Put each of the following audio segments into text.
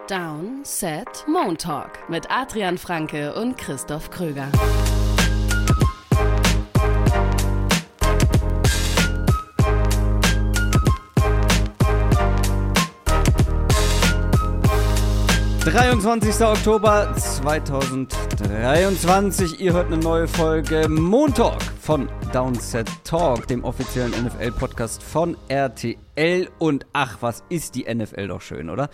Down, Set, Moon Talk mit Adrian Franke und Christoph Kröger. Oktober 2023. Ihr hört eine neue Folge Moon Talk von Downset Talk, dem offiziellen NFL-Podcast von RTL. Und ach, was ist die NFL doch schön, oder?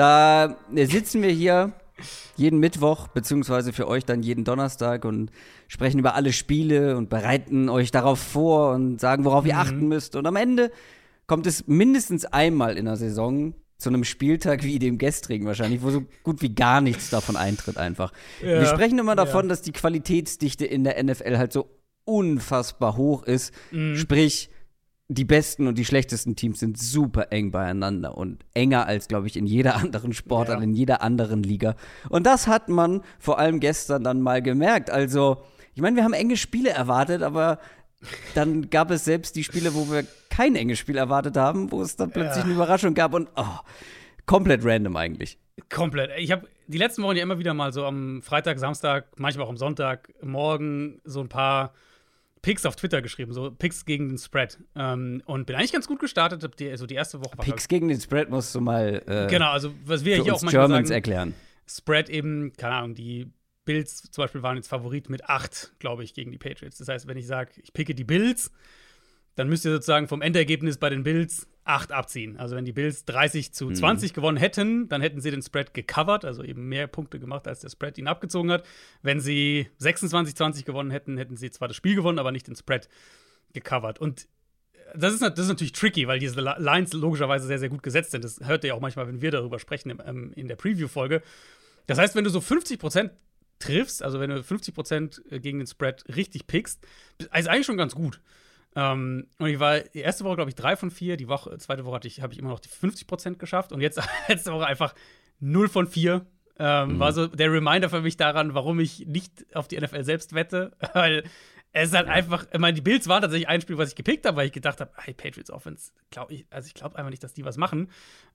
Da sitzen wir hier jeden Mittwoch, beziehungsweise für euch dann jeden Donnerstag und sprechen über alle Spiele und bereiten euch darauf vor und sagen, worauf ihr achten müsst. Und am Ende kommt es mindestens einmal in der Saison zu einem Spieltag wie dem gestrigen wahrscheinlich, wo so gut wie gar nichts davon eintritt einfach. Ja, wir sprechen immer davon, dass die Qualitätsdichte in der NFL halt so unfassbar hoch ist. Sprich, die besten und die schlechtesten Teams sind super eng beieinander und enger als, glaube ich, in jeder anderen Sportart, in jeder anderen Liga. Und das hat man vor allem gestern dann mal gemerkt. Also, ich meine, wir haben enge Spiele erwartet, aber dann gab es selbst die Spiele, wo wir kein enges Spiel erwartet haben, wo es dann plötzlich eine Überraschung gab und komplett random eigentlich. Komplett. Ich habe die letzten Wochen ja immer wieder mal so am Freitag, Samstag, manchmal auch am Sonntag morgen so ein paar Picks auf Twitter geschrieben, so Picks gegen den Spread. Und bin eigentlich ganz gut gestartet. Die erste Woche war Picks gegen den Spread musst du mal genau, also was wir hier auch manchmal Germans sagen, erklären. Spread eben, keine Ahnung, die Bills zum Beispiel waren jetzt Favorit mit 8, glaube ich, gegen die Patriots. Das heißt, wenn ich sage, ich picke die Bills, dann müsst ihr sozusagen vom Endergebnis bei den Bills 8 abziehen. Also wenn die Bills 30-20 gewonnen hätten, dann hätten sie den Spread gecovert, also eben mehr Punkte gemacht, als der Spread ihn abgezogen hat. Wenn sie 26-20 gewonnen hätten, hätten sie zwar das Spiel gewonnen, aber nicht den Spread gecovert. Und das ist natürlich tricky, weil diese Lines logischerweise sehr, sehr gut gesetzt sind. Das hört ihr ja auch manchmal, wenn wir darüber sprechen in der Preview-Folge. Das heißt, wenn du so 50% triffst, also wenn du 50% gegen den Spread richtig pickst, ist eigentlich schon ganz gut. Und ich war die erste Woche, glaube ich, 3 von 4. Die zweite Woche habe ich immer noch die 50% geschafft. Und jetzt letzte Woche einfach 0 von 4. War so der Reminder für mich daran, warum ich nicht auf die NFL selbst wette. Weil es ist halt einfach, ich meine, die Bills waren tatsächlich ein Spiel, was ich gepickt habe, weil ich gedacht habe, hey, Patriots Offense, ich glaube einfach nicht, dass die was machen.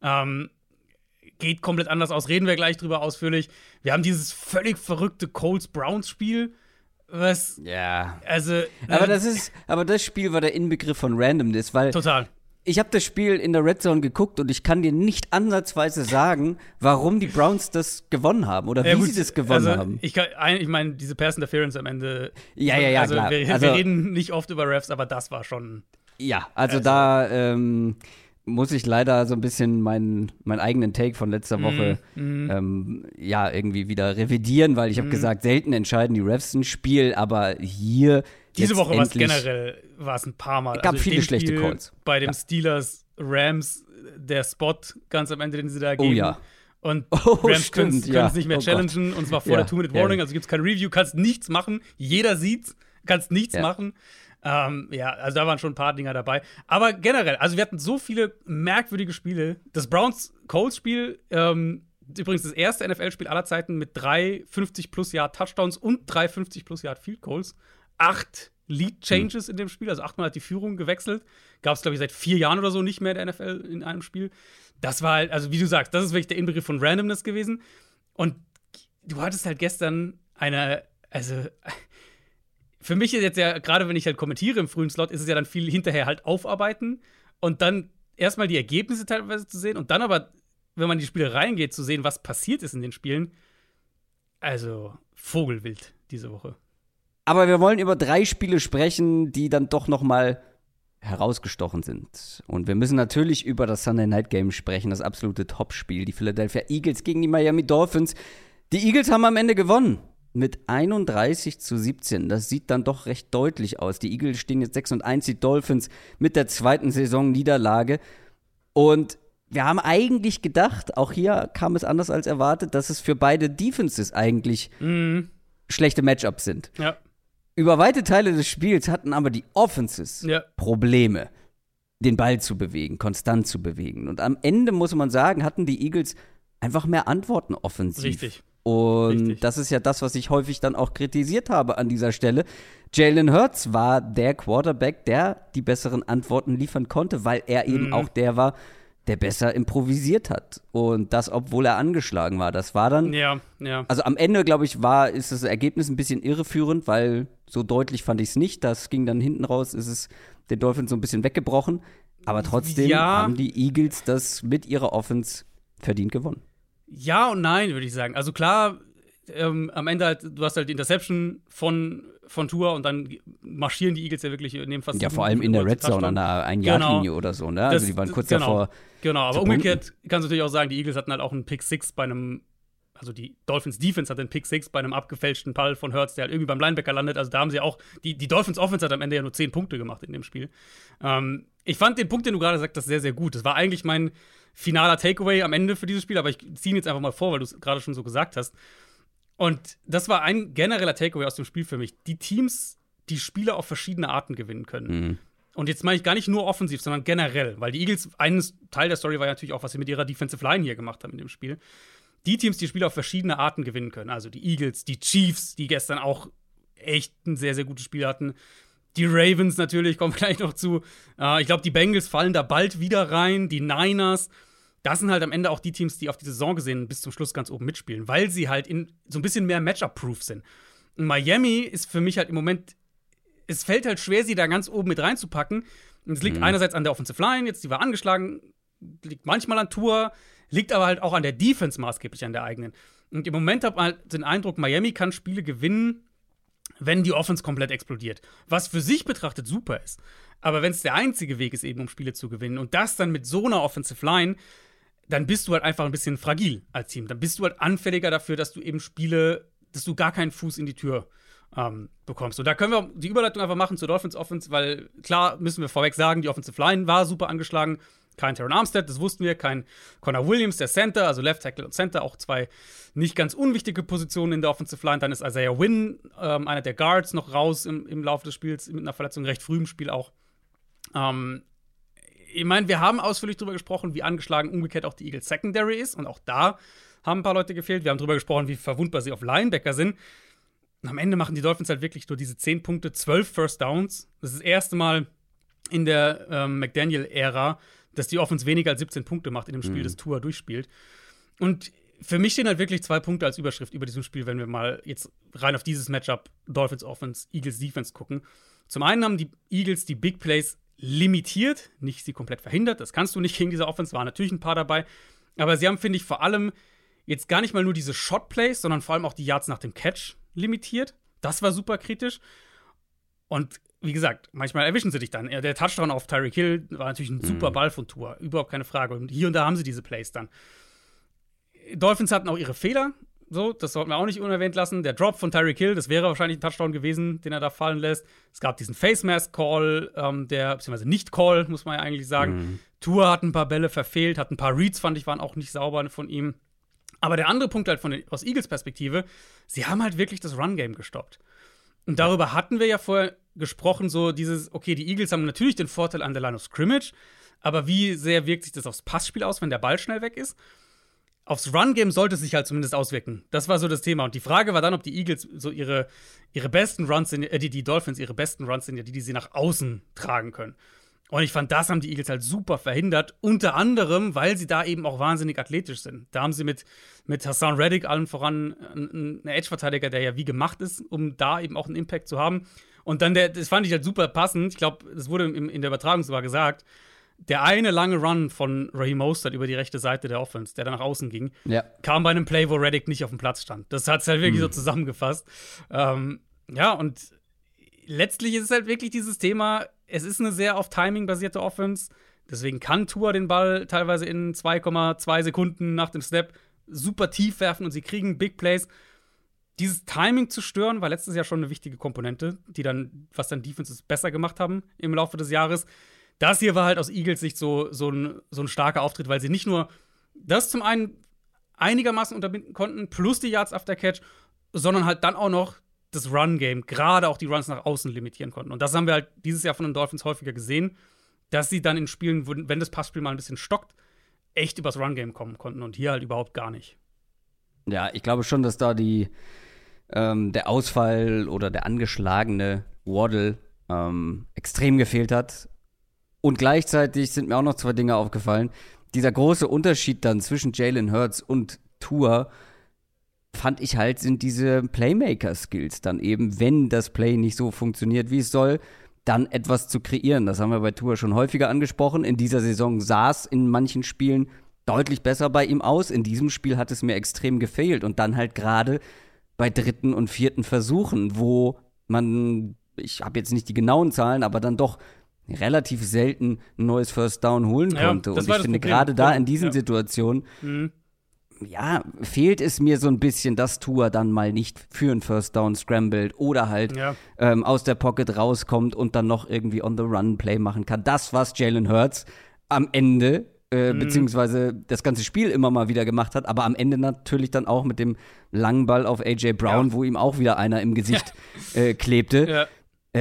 Geht komplett anders aus, reden wir gleich drüber ausführlich. Wir haben dieses völlig verrückte Colts-Browns-Spiel, was, also aber das Spiel war der Inbegriff von Randomness, weil total. Ich habe das Spiel in der Red Zone geguckt und ich kann dir nicht ansatzweise sagen, warum die Browns das gewonnen haben oder wie sie das gewonnen haben. Ich meine, diese Pass Interference am Ende. Ja, also, klar. Wir reden nicht oft über Refs, aber das war schon. Ja, also da muss ich leider so ein bisschen meinen eigenen Take von letzter Woche irgendwie wieder revidieren, weil ich habe gesagt, selten entscheiden die Refs ein Spiel, aber hier diese Woche war es generell ein paar Mal. Es gab viele schlechte Calls. Bei dem Steelers-Rams, der Spot ganz am Ende, den sie da geben. Oh ja. Und Rams können es nicht mehr challengen, und zwar vor der 2-Minute-Warning, also gibt es kein Review, kannst nichts machen, jeder sieht's, kannst nichts machen. Also da waren schon ein paar Dinger dabei. Aber generell, also wir hatten so viele merkwürdige Spiele. Das Browns-Colts-Spiel, übrigens das erste NFL-Spiel aller Zeiten mit 3 50-plus-Yard-Touchdowns und 3 50-plus-Yard-Field-Goals. 8 Lead-Changes in dem Spiel, also 8-mal hat die Führung gewechselt. Gab es, glaube ich, seit 4 Jahren oder so nicht mehr in der NFL in einem Spiel. Das war halt, also wie du sagst, das ist wirklich der Inbegriff von Randomness gewesen. Und du hattest halt gestern für mich ist jetzt ja, gerade wenn ich halt kommentiere im frühen Slot, ist es ja dann viel hinterher halt aufarbeiten und dann erstmal die Ergebnisse teilweise zu sehen und dann aber, wenn man in die Spiele reingeht, zu sehen, was passiert ist in den Spielen. Also Vogelwild diese Woche. Aber wir wollen über 3 Spiele sprechen, die dann doch noch mal herausgestochen sind. Und wir müssen natürlich über das Sunday Night Game sprechen, das absolute Topspiel. Die Philadelphia Eagles gegen die Miami Dolphins. Die Eagles haben am Ende gewonnen. Mit 31-17. Das sieht dann doch recht deutlich aus. Die Eagles stehen jetzt 6-1, die Dolphins mit der 2. Saisonniederlage. Und wir haben eigentlich gedacht, auch hier kam es anders als erwartet, dass es für beide Defenses eigentlich schlechte Matchups sind. Ja. Über weite Teile des Spiels hatten aber die Offenses Probleme, den Ball zu bewegen, konstant zu bewegen. Und am Ende, muss man sagen, hatten die Eagles einfach mehr Antworten offensiv. Richtig. Und das ist ja das, was ich häufig dann auch kritisiert habe an dieser Stelle. Jalen Hurts war der Quarterback, der die besseren Antworten liefern konnte, weil er eben auch der war, der besser improvisiert hat. Und das, obwohl er angeschlagen war. Das war dann. Ja. Also am Ende, glaube ich, ist das Ergebnis ein bisschen irreführend, weil so deutlich fand ich es nicht. Das ging dann hinten raus, ist es den Dolphins so ein bisschen weggebrochen. Aber trotzdem haben die Eagles das mit ihrer Offense verdient gewonnen. Ja und nein, würde ich sagen. Also klar, am Ende halt, du hast halt die Interception von Tua und dann marschieren die Eagles ja wirklich, nehmen fast. Ja, vor allem in der Red Zone an der Ein-Yard-Linie oder so, ne? Also die waren kurz davor. Genau, aber umgekehrt kannst du natürlich auch sagen, die Eagles hatten halt auch einen Pick-6 also die Dolphins-Defense hatte einen Pick-6 bei einem abgefälschten Ball von Hurts, der halt irgendwie beim Linebacker landet. Also da haben sie auch, die Dolphins-Offense hat am Ende ja nur 10 Punkte gemacht in dem Spiel. Ich fand den Punkt, den du gerade sagtest, sehr, sehr gut. Das war eigentlich mein finaler Takeaway am Ende für dieses Spiel, aber ich ziehe ihn jetzt einfach mal vor, weil du es gerade schon so gesagt hast. Und das war ein genereller Takeaway aus dem Spiel für mich. Die Teams, die Spiele auf verschiedene Arten gewinnen können. Mhm. Und jetzt meine ich gar nicht nur offensiv, sondern generell. Weil die Eagles, ein Teil der Story war ja natürlich auch, was sie mit ihrer Defensive Line hier gemacht haben in dem Spiel. Die Teams, die Spiele auf verschiedene Arten gewinnen können. Also die Eagles, die Chiefs, die gestern auch echt ein sehr, sehr gutes Spiel hatten. Die Ravens natürlich, kommen vielleicht noch zu. Ich glaube, die Bengals fallen da bald wieder rein. Die Niners. Das sind halt am Ende auch die Teams, die auf die Saison gesehen bis zum Schluss ganz oben mitspielen, weil sie halt so ein bisschen mehr Matchup-proof sind. Und Miami ist für mich halt im Moment, es fällt halt schwer, sie da ganz oben mit reinzupacken. Und es liegt einerseits an der Offensive Line, jetzt die war angeschlagen, liegt manchmal an Tua, liegt aber halt auch an der Defense maßgeblich, an der eigenen. Und im Moment habe ich halt den Eindruck, Miami kann Spiele gewinnen, wenn die Offense komplett explodiert. Was für sich betrachtet super ist. Aber wenn es der einzige Weg ist, eben um Spiele zu gewinnen und das dann mit so einer Offensive Line, dann bist du halt einfach ein bisschen fragil als Team. Dann bist du halt anfälliger dafür, dass du eben Spiele, dass du gar keinen Fuß in die Tür bekommst. Und da können wir die Überleitung einfach machen zur Dolphins Offense, weil klar müssen wir vorweg sagen, die Offensive Line war super angeschlagen. Kein Terron Armstead, das wussten wir, kein Connor Williams, der Center, also Left Tackle und Center, auch zwei nicht ganz unwichtige Positionen in der Offensive Line. Dann ist Isaiah Wynn, einer der Guards, noch raus im Laufe des Spiels, mit einer Verletzung recht früh im Spiel auch. Ich meine, wir haben ausführlich darüber gesprochen, wie angeschlagen umgekehrt auch die Eagles Secondary ist. Und auch da haben ein paar Leute gefehlt. Wir haben darüber gesprochen, wie verwundbar sie auf Linebacker sind. Und am Ende machen die Dolphins halt wirklich nur diese 10 Punkte, 12 First Downs. Das ist das erste Mal in der McDaniel-Ära, dass die Offense weniger als 17 Punkte macht in dem Spiel, das Tua durchspielt. Und für mich stehen halt wirklich 2 Punkte als Überschrift über diesem Spiel, wenn wir mal jetzt rein auf dieses Matchup Dolphins Offense, Eagles Defense gucken. Zum einen haben die Eagles die Big Plays limitiert, nicht sie komplett verhindert. Das kannst du nicht gegen diese Offense, waren natürlich ein paar dabei. Aber sie haben, finde ich, vor allem jetzt gar nicht mal nur diese Shot-Plays, sondern vor allem auch die Yards nach dem Catch limitiert. Das war super kritisch. Und wie gesagt, manchmal erwischen sie dich dann. Der Touchdown auf Tyreek Hill war natürlich ein super Ball von Tua, überhaupt keine Frage. Und hier und da haben sie diese Plays dann. Dolphins hatten auch ihre Fehler, so, das sollten wir auch nicht unerwähnt lassen. Der Drop von Tyreek Hill, das wäre wahrscheinlich ein Touchdown gewesen, den er da fallen lässt. Es gab diesen Face-Mask-Call, beziehungsweise Nicht-Call, muss man ja eigentlich sagen. Tua hat ein paar Bälle verfehlt, hat ein paar Reads, fand ich, waren auch nicht sauber von ihm. Aber der andere Punkt halt aus Eagles Perspektive, sie haben halt wirklich das Run-Game gestoppt. Und darüber hatten wir ja vorher gesprochen, so dieses, okay, die Eagles haben natürlich den Vorteil an der Line of Scrimmage, aber wie sehr wirkt sich das aufs Passspiel aus, wenn der Ball schnell weg ist? Aufs Run-Game sollte es sich halt zumindest auswirken. Das war so das Thema. Und die Frage war dann, ob die Eagles so ihre besten Runs sind, die Dolphins ihre besten Runs sind, die sie nach außen tragen können. Und ich fand, das haben die Eagles halt super verhindert. Unter anderem, weil sie da eben auch wahnsinnig athletisch sind. Da haben sie mit Hassan Reddick allen voran einen Edge-Verteidiger, der ja wie gemacht ist, um da eben auch einen Impact zu haben. Und dann, das fand ich halt super passend. Ich glaube, das wurde in der Übertragung sogar gesagt. Der eine lange Run von Raheem Mostert über die rechte Seite der Offense, der dann nach außen ging, kam bei einem Play, wo Reddick nicht auf dem Platz stand. Das hat es halt wirklich so zusammengefasst. Ja, und letztlich ist es halt wirklich dieses Thema, es ist eine sehr auf Timing basierte Offense. Deswegen kann Tua den Ball teilweise in 2,2 Sekunden nach dem Snap super tief werfen und sie kriegen Big Plays. Dieses Timing zu stören war letztes Jahr schon eine wichtige Komponente, was dann Defenses besser gemacht haben im Laufe des Jahres. Das hier war halt aus Eagles Sicht so ein starker Auftritt, weil sie nicht nur das zum einen einigermaßen unterbinden konnten, plus die Yards after Catch, sondern halt dann auch noch das Run-Game, gerade auch die Runs nach außen limitieren konnten. Und das haben wir halt dieses Jahr von den Dolphins häufiger gesehen, dass sie dann in Spielen, wenn das Passspiel mal ein bisschen stockt, echt übers Run-Game kommen konnten und hier halt überhaupt gar nicht. Ja, ich glaube schon, dass da der Ausfall oder der angeschlagene Waddle extrem gefehlt hat. Und gleichzeitig sind mir auch noch 2 Dinge aufgefallen. dieser große Unterschied dann zwischen Jalen Hurts und Tua, fand ich halt, sind diese Playmaker-Skills dann eben, wenn das Play nicht so funktioniert, wie es soll, dann etwas zu kreieren. Das haben wir bei Tua schon häufiger angesprochen. In dieser Saison sah es in manchen Spielen deutlich besser bei ihm aus. In diesem Spiel hat es mir extrem gefehlt. Und dann halt gerade bei 3. und 4. Versuchen, wo man, ich habe jetzt nicht die genauen Zahlen, aber dann doch relativ selten ein neues First Down holen konnte. Und ich finde, gerade da in diesen Situationen fehlt es mir so ein bisschen, dass Tua dann mal nicht für einen First Down scrambled oder halt aus der Pocket rauskommt und dann noch irgendwie on the run Play machen kann. Das, was Jalen Hurts am Ende beziehungsweise das ganze Spiel immer mal wieder gemacht hat, aber am Ende natürlich dann auch mit dem langen Ball auf A.J. Brown, wo ihm auch wieder einer im Gesicht klebte.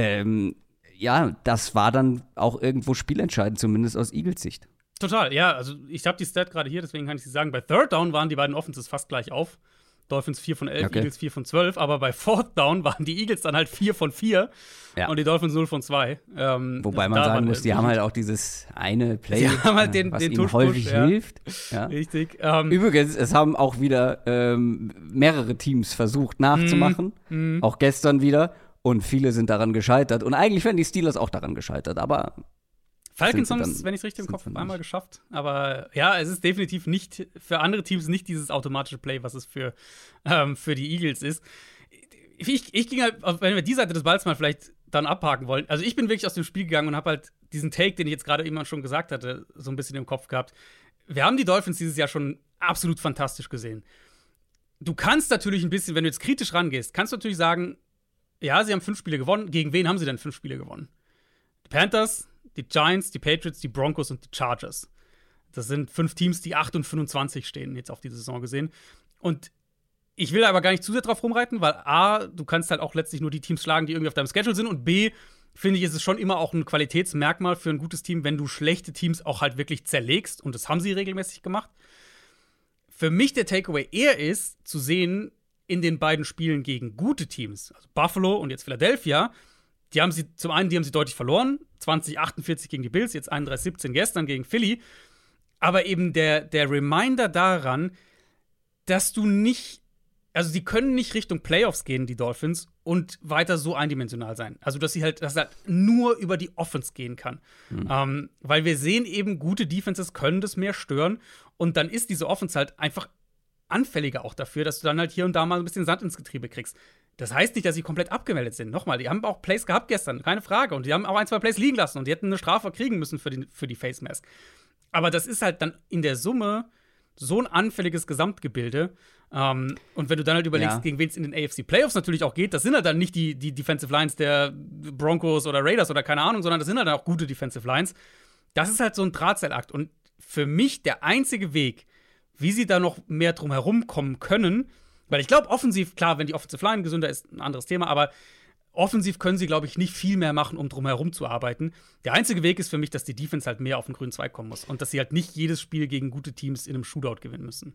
Das war dann auch irgendwo spielentscheidend, zumindest aus Eagles Sicht. Total, ja, also ich habe die Stat gerade hier, deswegen kann ich sie sagen, bei Third Down waren die beiden Offenses fast gleich auf. Dolphins 4 von 11, Eagles 4 von 12, aber bei Fourth Down waren die Eagles dann halt 4 von 4 und die Dolphins 0 von 2. Wobei man sagen muss, die haben halt auch dieses eine Play, was ihnen häufig hilft. Ja. Richtig. Übrigens, es haben auch wieder mehrere Teams versucht nachzumachen, auch gestern wieder, und viele sind daran gescheitert. Und eigentlich wären die Steelers auch daran gescheitert, aber Falcons haben es, wenn ich es richtig im Kopf habe, einmal geschafft. Aber ja, es ist definitiv nicht für andere Teams nicht dieses automatische Play, was es für die Eagles ist. Ich ging halt, wenn wir die Seite des Balls mal vielleicht dann abhaken wollen. Also ich bin wirklich aus dem Spiel gegangen und habe halt diesen Take, den ich jetzt gerade eben schon gesagt hatte, so ein bisschen im Kopf gehabt. Wir haben die Dolphins dieses Jahr schon absolut fantastisch gesehen. Du kannst natürlich ein bisschen, wenn du jetzt kritisch rangehst, kannst du natürlich sagen, ja, sie haben 5 Spiele gewonnen. Gegen wen haben sie denn 5 Spiele gewonnen? Die Panthers, die Giants, die Patriots, die Broncos und die Chargers. Das sind 5 Teams, die 8 und 25 stehen, jetzt auf die Saison gesehen. Und ich will aber gar nicht zu sehr drauf rumreiten, weil A, du kannst halt auch letztlich nur die Teams schlagen, die irgendwie auf deinem Schedule sind. Und B, finde ich, ist es schon immer auch ein Qualitätsmerkmal für ein gutes Team, wenn du schlechte Teams auch halt wirklich zerlegst. Und das haben sie regelmäßig gemacht. Für mich der Takeaway eher ist, zu sehen, in den beiden Spielen gegen gute Teams, also Buffalo und jetzt Philadelphia, die haben sie deutlich verloren. 2048 gegen die Bills, jetzt 31-17 gestern gegen Philly. Aber eben der Reminder daran, dass du nicht, also sie können nicht Richtung Playoffs gehen, die Dolphins, und weiter so eindimensional sein. Also, dass halt nur über die Offense gehen kann. Weil wir sehen eben, gute Defenses können das mehr stören. Und dann ist diese Offense halt einfach anfälliger auch dafür, dass du dann halt hier und da mal ein bisschen Sand ins Getriebe kriegst. Das heißt nicht, dass sie komplett abgemeldet sind. Nochmal, die haben auch Plays gehabt gestern, keine Frage. Und die haben auch 1, 2 Plays liegen lassen. Und die hätten eine Strafe kriegen müssen für die Face Mask. Aber das ist halt dann in der Summe so ein anfälliges Gesamtgebilde. Und wenn du dann halt überlegst, gegen wen es in den AFC Playoffs natürlich auch geht, das sind halt dann nicht die Defensive Lines der Broncos oder Raiders oder keine Ahnung, sondern das sind halt auch gute Defensive Lines. Das ist halt so ein Drahtseilakt. Und für mich der einzige Weg, wie sie da noch mehr drum herum kommen können, weil ich glaube, offensiv, klar, wenn die Offensive Line gesünder ist, ein anderes Thema, aber offensiv können sie, glaube ich, nicht viel mehr machen, um drum herum zu arbeiten. Der einzige Weg ist für mich, dass die Defense halt mehr auf den grünen Zweig kommen muss und dass sie halt nicht jedes Spiel gegen gute Teams in einem Shootout gewinnen müssen.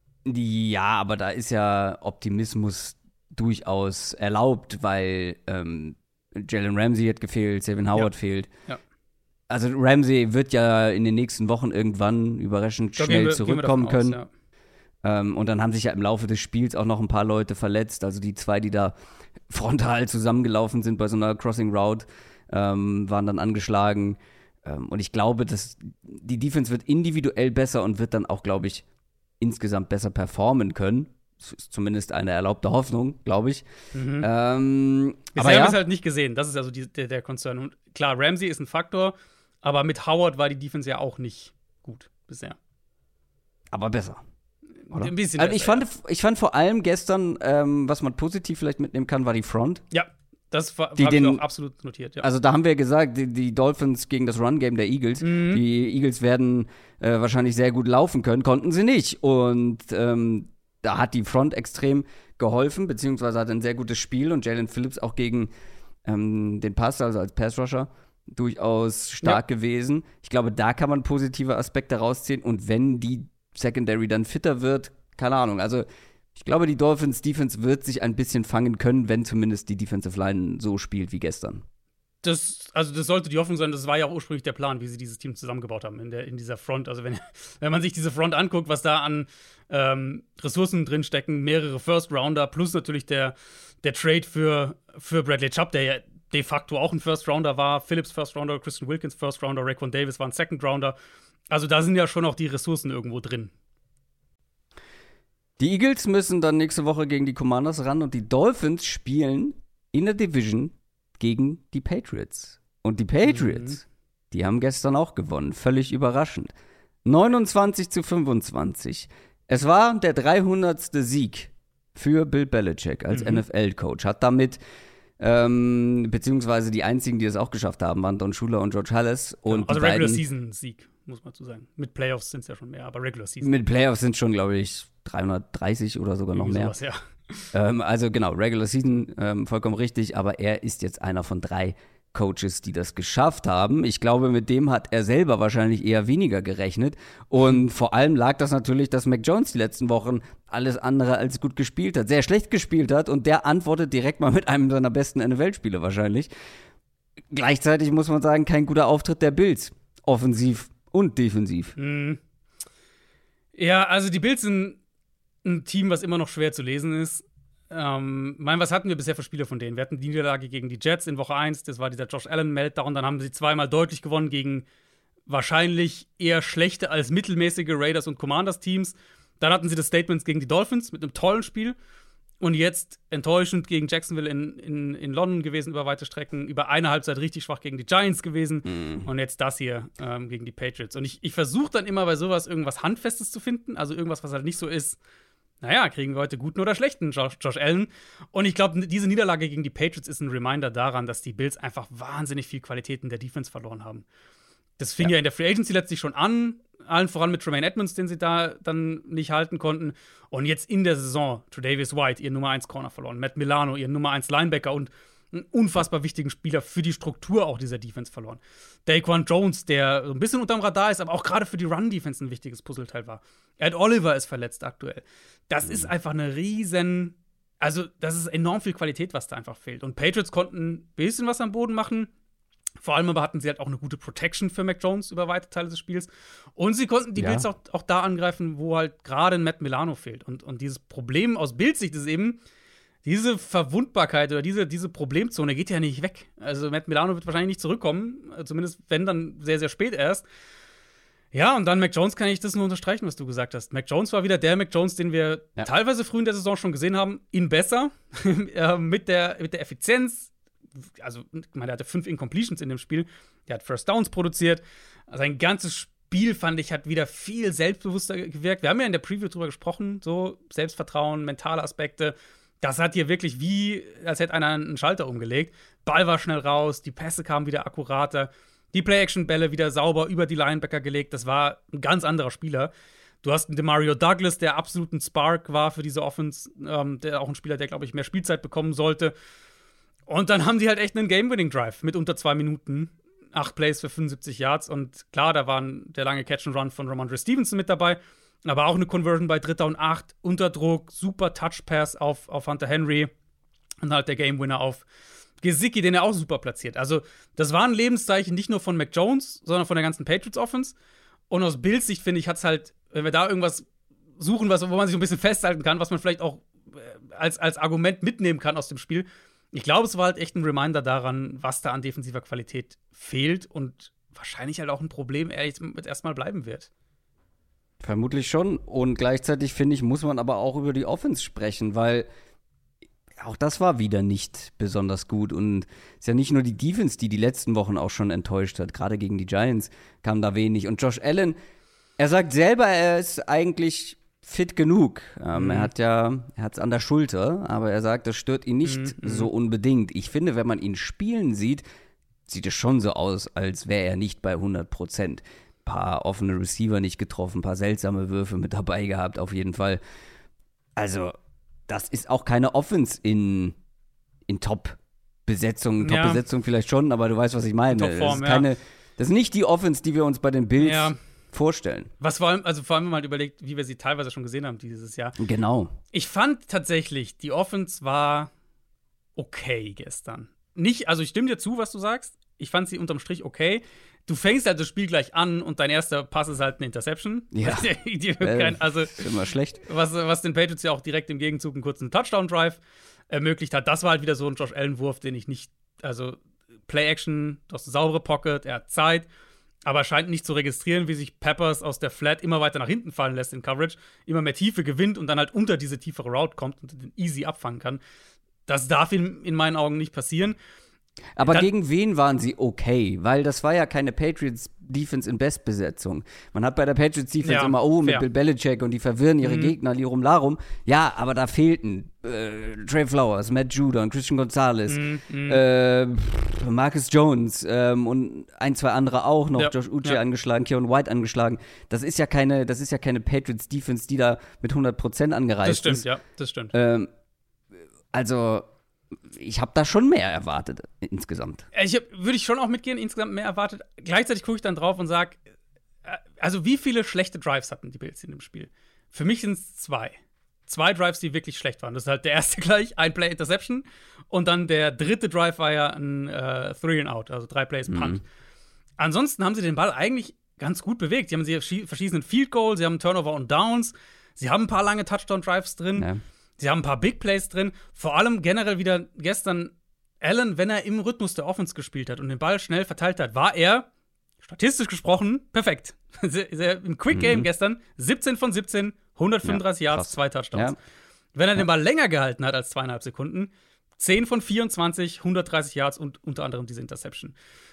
Ja, aber da ist ja Optimismus durchaus erlaubt, weil Jalen Ramsey hat gefehlt, Xavier Howard fehlt. Ja. Also Ramsey wird ja in den nächsten Wochen irgendwann überraschend schnell zurückkommen können. Aus, ja. Und dann haben sich ja im Laufe des Spiels auch noch ein paar Leute verletzt. Also die 2, die da frontal zusammengelaufen sind bei so einer Crossing Route, waren dann angeschlagen. Und ich glaube, dass die Defense wird individuell besser und wird dann auch, glaube ich, insgesamt besser performen können. Das ist zumindest eine erlaubte Hoffnung, glaube ich. Bisher haben wir es halt nicht gesehen. Das ist also der Concern. Und klar, Ramsey ist ein Faktor, aber mit Howard war die Defense ja auch nicht gut bisher. Aber besser. Oder? Ein bisschen also besser, ich fand vor allem gestern, was man positiv vielleicht mitnehmen kann, war die Front. Ja, das habe ich auch absolut notiert. Ja. Also da haben wir gesagt, die Dolphins gegen das Run-Game der Eagles. Die Eagles werden wahrscheinlich sehr gut laufen können, konnten sie nicht. Und da hat die Front extrem geholfen, beziehungsweise hat ein sehr gutes Spiel. Und Jalen Phillips auch gegen den Pass, also als Pass-Rusher, durchaus stark gewesen. Ich glaube, da kann man positive Aspekte rausziehen. Und wenn die Secondary dann fitter wird, keine Ahnung. Also ich glaube, die Dolphins Defense wird sich ein bisschen fangen können, wenn zumindest die Defensive Line so spielt wie gestern. Das sollte die Hoffnung sein, das war ja auch ursprünglich der Plan, wie sie dieses Team zusammengebaut haben in dieser Front. Also wenn man sich diese Front anguckt, was da an Ressourcen drinstecken, mehrere First-Rounder, plus natürlich der Trade für Bradley Chubb, der ja de facto auch ein First-Rounder war, Phillips First-Rounder, Christian Wilkins First-Rounder, Raekwon Davis war ein Second-Rounder. Also da sind ja schon auch die Ressourcen irgendwo drin. Die Eagles müssen dann nächste Woche gegen die Commanders ran und die Dolphins spielen in der Division gegen die Patriots. Und die Patriots, die haben gestern auch gewonnen, völlig überraschend. 29-25. Es war der 300. Sieg für Bill Belichick als NFL-Coach. Hat damit, beziehungsweise die einzigen, die es auch geschafft haben, waren Don Shula und George Halas. Und also Regular-Season-Sieg, muss man zu sagen. Mit Playoffs sind es ja schon mehr, aber Regular-Season. Mit Playoffs sind schon, glaube ich, 330 oder sogar irgendwie noch mehr. Sowas, ja. Also genau, Regular Season, vollkommen richtig, aber er ist jetzt einer von 3 Coaches, die das geschafft haben. Ich glaube, mit dem hat er selber wahrscheinlich eher weniger gerechnet und vor allem lag das natürlich, dass Mac Jones die letzten Wochen alles andere als gut gespielt hat, sehr schlecht gespielt hat und der antwortet direkt mal mit einem seiner besten NFL-Spiele wahrscheinlich. Gleichzeitig muss man sagen, kein guter Auftritt der Bills, offensiv und defensiv. Ja, also die Bills sind ein Team, was immer noch schwer zu lesen ist. Was hatten wir bisher für Spiele von denen? Wir hatten die Niederlage gegen die Jets in Woche 1, das war dieser Josh Allen-Meltdown, dann haben sie zweimal deutlich gewonnen gegen wahrscheinlich eher schlechte als mittelmäßige Raiders- und Commanders-Teams. Dann hatten sie das Statement gegen die Dolphins mit einem tollen Spiel und jetzt enttäuschend gegen Jacksonville in London gewesen über weite Strecken, über eine Halbzeit richtig schwach gegen die Giants gewesen und jetzt das hier gegen die Patriots. Und ich versuche dann immer bei sowas irgendwas Handfestes zu finden, also irgendwas, was halt nicht so ist, naja, kriegen wir heute guten oder schlechten Josh Allen. Und ich glaube, diese Niederlage gegen die Patriots ist ein Reminder daran, dass die Bills einfach wahnsinnig viel Qualität in der Defense verloren haben. Das fing ja in der Free Agency letztlich schon an, allen voran mit Tremaine Edmonds, den sie da dann nicht halten konnten. Und jetzt in der Saison, Tre'Davious White, ihr Nummer 1 Corner verloren, Matt Milano, ihr Nummer 1 Linebacker und einen unfassbar wichtigen Spieler für die Struktur auch dieser Defense verloren. Daquan Jones, der so ein bisschen unterm Radar ist, aber auch gerade für die Run-Defense ein wichtiges Puzzleteil war. Ed Oliver ist verletzt aktuell. Das ist einfach das ist enorm viel Qualität, was da einfach fehlt. Und Patriots konnten ein bisschen was am Boden machen. Vor allem aber hatten sie halt auch eine gute Protection für Mac Jones über weite Teile des Spiels. Und sie konnten die Bills auch da angreifen, wo halt gerade ein Matt Milano fehlt. Und dieses Problem aus Bildsicht ist eben, diese Verwundbarkeit oder diese Problemzone geht ja nicht weg. Also Matt Milano wird wahrscheinlich nicht zurückkommen, zumindest wenn dann sehr, sehr spät erst. Ja, und dann Mac Jones kann ich das nur unterstreichen, was du gesagt hast. Mac Jones war wieder der Mac Jones, den wir teilweise früh in der Saison schon gesehen haben, ihn besser, mit der Effizienz. Also, ich meine, der hatte 5 Incompletions in dem Spiel, der hat First Downs produziert. Sein ganzes Spiel, fand ich, hat wieder viel selbstbewusster gewirkt. Wir haben ja in der Preview drüber gesprochen, so Selbstvertrauen, mentale Aspekte. Das hat hier wirklich als hätte einer einen Schalter umgelegt. Ball war schnell raus, die Pässe kamen wieder akkurater, die Play-Action-Bälle wieder sauber über die Linebacker gelegt. Das war ein ganz anderer Spieler. Du hast einen Demario Douglas, der absolut ein Spark war für diese Offense, der auch ein Spieler, der, glaube ich, mehr Spielzeit bekommen sollte. Und dann haben die halt echt einen Game-Winning-Drive mit unter 2 Minuten. 8 Plays für 75 Yards. Und klar, da war der lange Catch-and-Run von Ramondre Stevenson mit dabei. Aber auch eine Conversion bei 3. und 8, unter Druck, super Touch-Pass auf Hunter Henry und halt der Game-Winner auf Gesicki, den er auch super platziert. Also das war ein Lebenszeichen nicht nur von Mac Jones, sondern von der ganzen Patriots-Offense. Und aus Bills Sicht, finde ich, hat es halt, wenn wir da irgendwas suchen, wo man sich ein bisschen festhalten kann, was man vielleicht auch als Argument mitnehmen kann aus dem Spiel. Ich glaube, es war halt echt ein Reminder daran, was da an defensiver Qualität fehlt und wahrscheinlich halt auch ein Problem erstmal bleiben wird. Vermutlich schon. Und gleichzeitig, finde ich, muss man aber auch über die Offense sprechen, weil auch das war wieder nicht besonders gut. Und es ist ja nicht nur die Defense, die letzten Wochen auch schon enttäuscht hat. Gerade gegen die Giants kam da wenig. Und Josh Allen, er sagt selber, er ist eigentlich fit genug. Er hat es an der Schulter, aber er sagt, das stört ihn nicht so unbedingt. Ich finde, wenn man ihn spielen sieht es schon so aus, als wäre er nicht bei 100%. Paar offene Receiver nicht getroffen, paar seltsame Würfe mit dabei gehabt, auf jeden Fall. Also, das ist auch keine Offense in Top-Besetzung. Top-Besetzung vielleicht schon, aber du weißt, was ich meine. Top-Form, das ist nicht die Offense, die wir uns bei den Bills vorstellen. Vor allem, wenn man halt überlegt, wie wir sie teilweise schon gesehen haben dieses Jahr. Genau. Ich fand tatsächlich, die Offense war okay gestern. nicht, also ich stimme dir zu, was du sagst. Ich fand sie unterm Strich okay. Du fängst halt das Spiel gleich an und dein erster Pass ist halt eine Interception. Ja. Also, ist immer schlecht. Was den Patriots ja auch direkt im Gegenzug einen kurzen Touchdown-Drive ermöglicht hat. Das war halt wieder so ein Josh Allen-Wurf, den ich nicht, also Play-Action, du hast eine saubere Pocket, er hat Zeit, aber scheint nicht zu registrieren, wie sich Peppers aus der Flat immer weiter nach hinten fallen lässt in Coverage, immer mehr Tiefe gewinnt und dann halt unter diese tiefere Route kommt und den easy abfangen kann. Das darf ihm in meinen Augen nicht passieren. Aber gegen wen waren sie okay? Weil das war ja keine Patriots-Defense in Bestbesetzung. Man hat bei der Patriots-Defense immer, mit fair. Bill Belichick und die verwirren ihre Gegner, Lirum Larum. Ja, aber da fehlten Trey Flowers, Matt Judon, Christian Gonzalez, Marcus Jones und ein, zwei andere auch noch, Josh Uche angeschlagen, Keion White angeschlagen. Das ist ja keine Patriots-Defense, die da mit 100% angereist ist. Das stimmt. Also ich habe da schon mehr erwartet insgesamt. Würde ich schon auch mitgehen, insgesamt mehr erwartet. Gleichzeitig gucke ich dann drauf und sage, also wie viele schlechte Drives hatten die Bills in dem Spiel? Für mich sind es 2. 2 Drives, die wirklich schlecht waren. Das ist halt der erste gleich, ein Play Interception. Und dann der dritte Drive war ja ein 3-and-out, also 3 Plays Punt. Ansonsten haben sie den Ball eigentlich ganz gut bewegt. Sie haben verschießenden Field Goal, sie haben Turnover und Downs, sie haben ein paar lange Touchdown-Drives drin. Ja. Sie haben ein paar Big Plays drin. Vor allem generell wieder gestern Allen, wenn er im Rhythmus der Offense gespielt hat und den Ball schnell verteilt hat, war er, statistisch gesprochen, perfekt. Im Quick Game gestern 17 von 17, 135 Yards, 2 Touchdowns. Ja. Wenn er den Ball länger gehalten hat als 2,5 Sekunden, 10 von 24, 130 Yards und unter anderem diese Interception.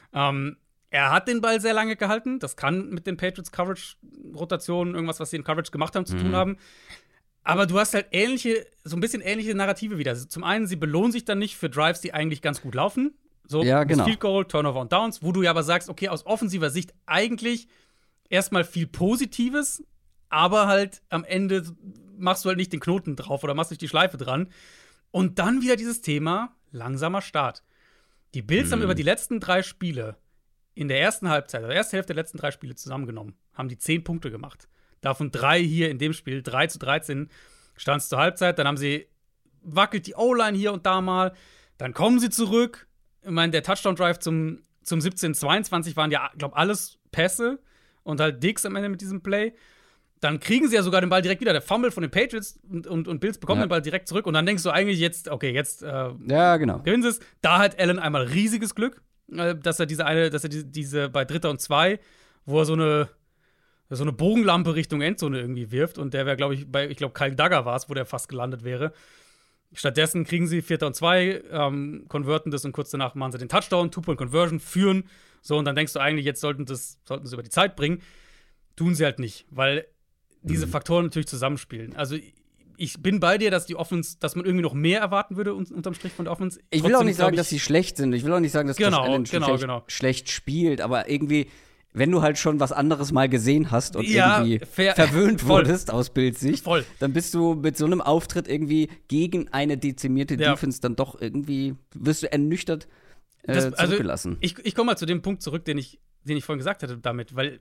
Er hat den Ball sehr lange gehalten. Das kann mit den Patriots Coverage-Rotationen, irgendwas, was sie in Coverage gemacht haben, zu tun haben. Aber du hast halt so ein bisschen ähnliche Narrative wieder. Also zum einen, sie belohnen sich dann nicht für Drives, die eigentlich ganz gut laufen. So, Field Goal, Turnover und Downs, wo du ja aber sagst, okay, aus offensiver Sicht eigentlich erstmal viel Positives, aber halt am Ende machst du halt nicht den Knoten drauf oder machst nicht die Schleife dran. Und dann wieder dieses Thema langsamer Start. Die Bills haben über die letzten 3 Spiele in der ersten Halbzeit, also der ersten Hälfte der letzten 3 Spiele zusammengenommen, haben die 10 Punkte gemacht. Davon 3 hier in dem Spiel, 3-13 stand es zur Halbzeit. Dann haben sie wackelt die O-Line hier und da mal. Dann kommen sie zurück. Ich meine, der Touchdown-Drive zum 17-22 waren ja, glaube ich, alles Pässe. Und halt Diggs am Ende mit diesem Play. Dann kriegen sie ja sogar den Ball direkt wieder. Der Fumble von den Patriots und Bills bekommen den Ball direkt zurück. Und dann denkst du eigentlich jetzt gewinnen sie es. Da hat Allen einmal riesiges Glück, dass er diese bei 3. und 2, wo er so eine Bogenlampe Richtung Endzone irgendwie wirft. Und der wäre, glaube ich, Kyle Duggar war es, wo der fast gelandet wäre. Stattdessen kriegen sie 4. und 2, konverten das und kurz danach machen sie den Touchdown, Two-Point-Conversion, führen. So, und dann denkst du eigentlich, jetzt sollten sie über die Zeit bringen. Tun sie halt nicht, weil diese Faktoren natürlich zusammenspielen. Also ich bin bei dir, dass die Offense, dass man irgendwie noch mehr erwarten würde unterm Strich von der Offense. Ich will auch nicht sagen, dass sie schlecht sind. Ich will auch nicht sagen, dass Josh Allen schlecht spielt. Aber irgendwie, wenn du halt schon was anderes mal gesehen hast und irgendwie verwöhnt wurdest aus Bildsicht, dann bist du mit so einem Auftritt irgendwie gegen eine dezimierte Defense dann doch irgendwie, wirst du ernüchtert zurückgelassen. Also ich komme mal zu dem Punkt zurück, den ich vorhin gesagt hatte damit, weil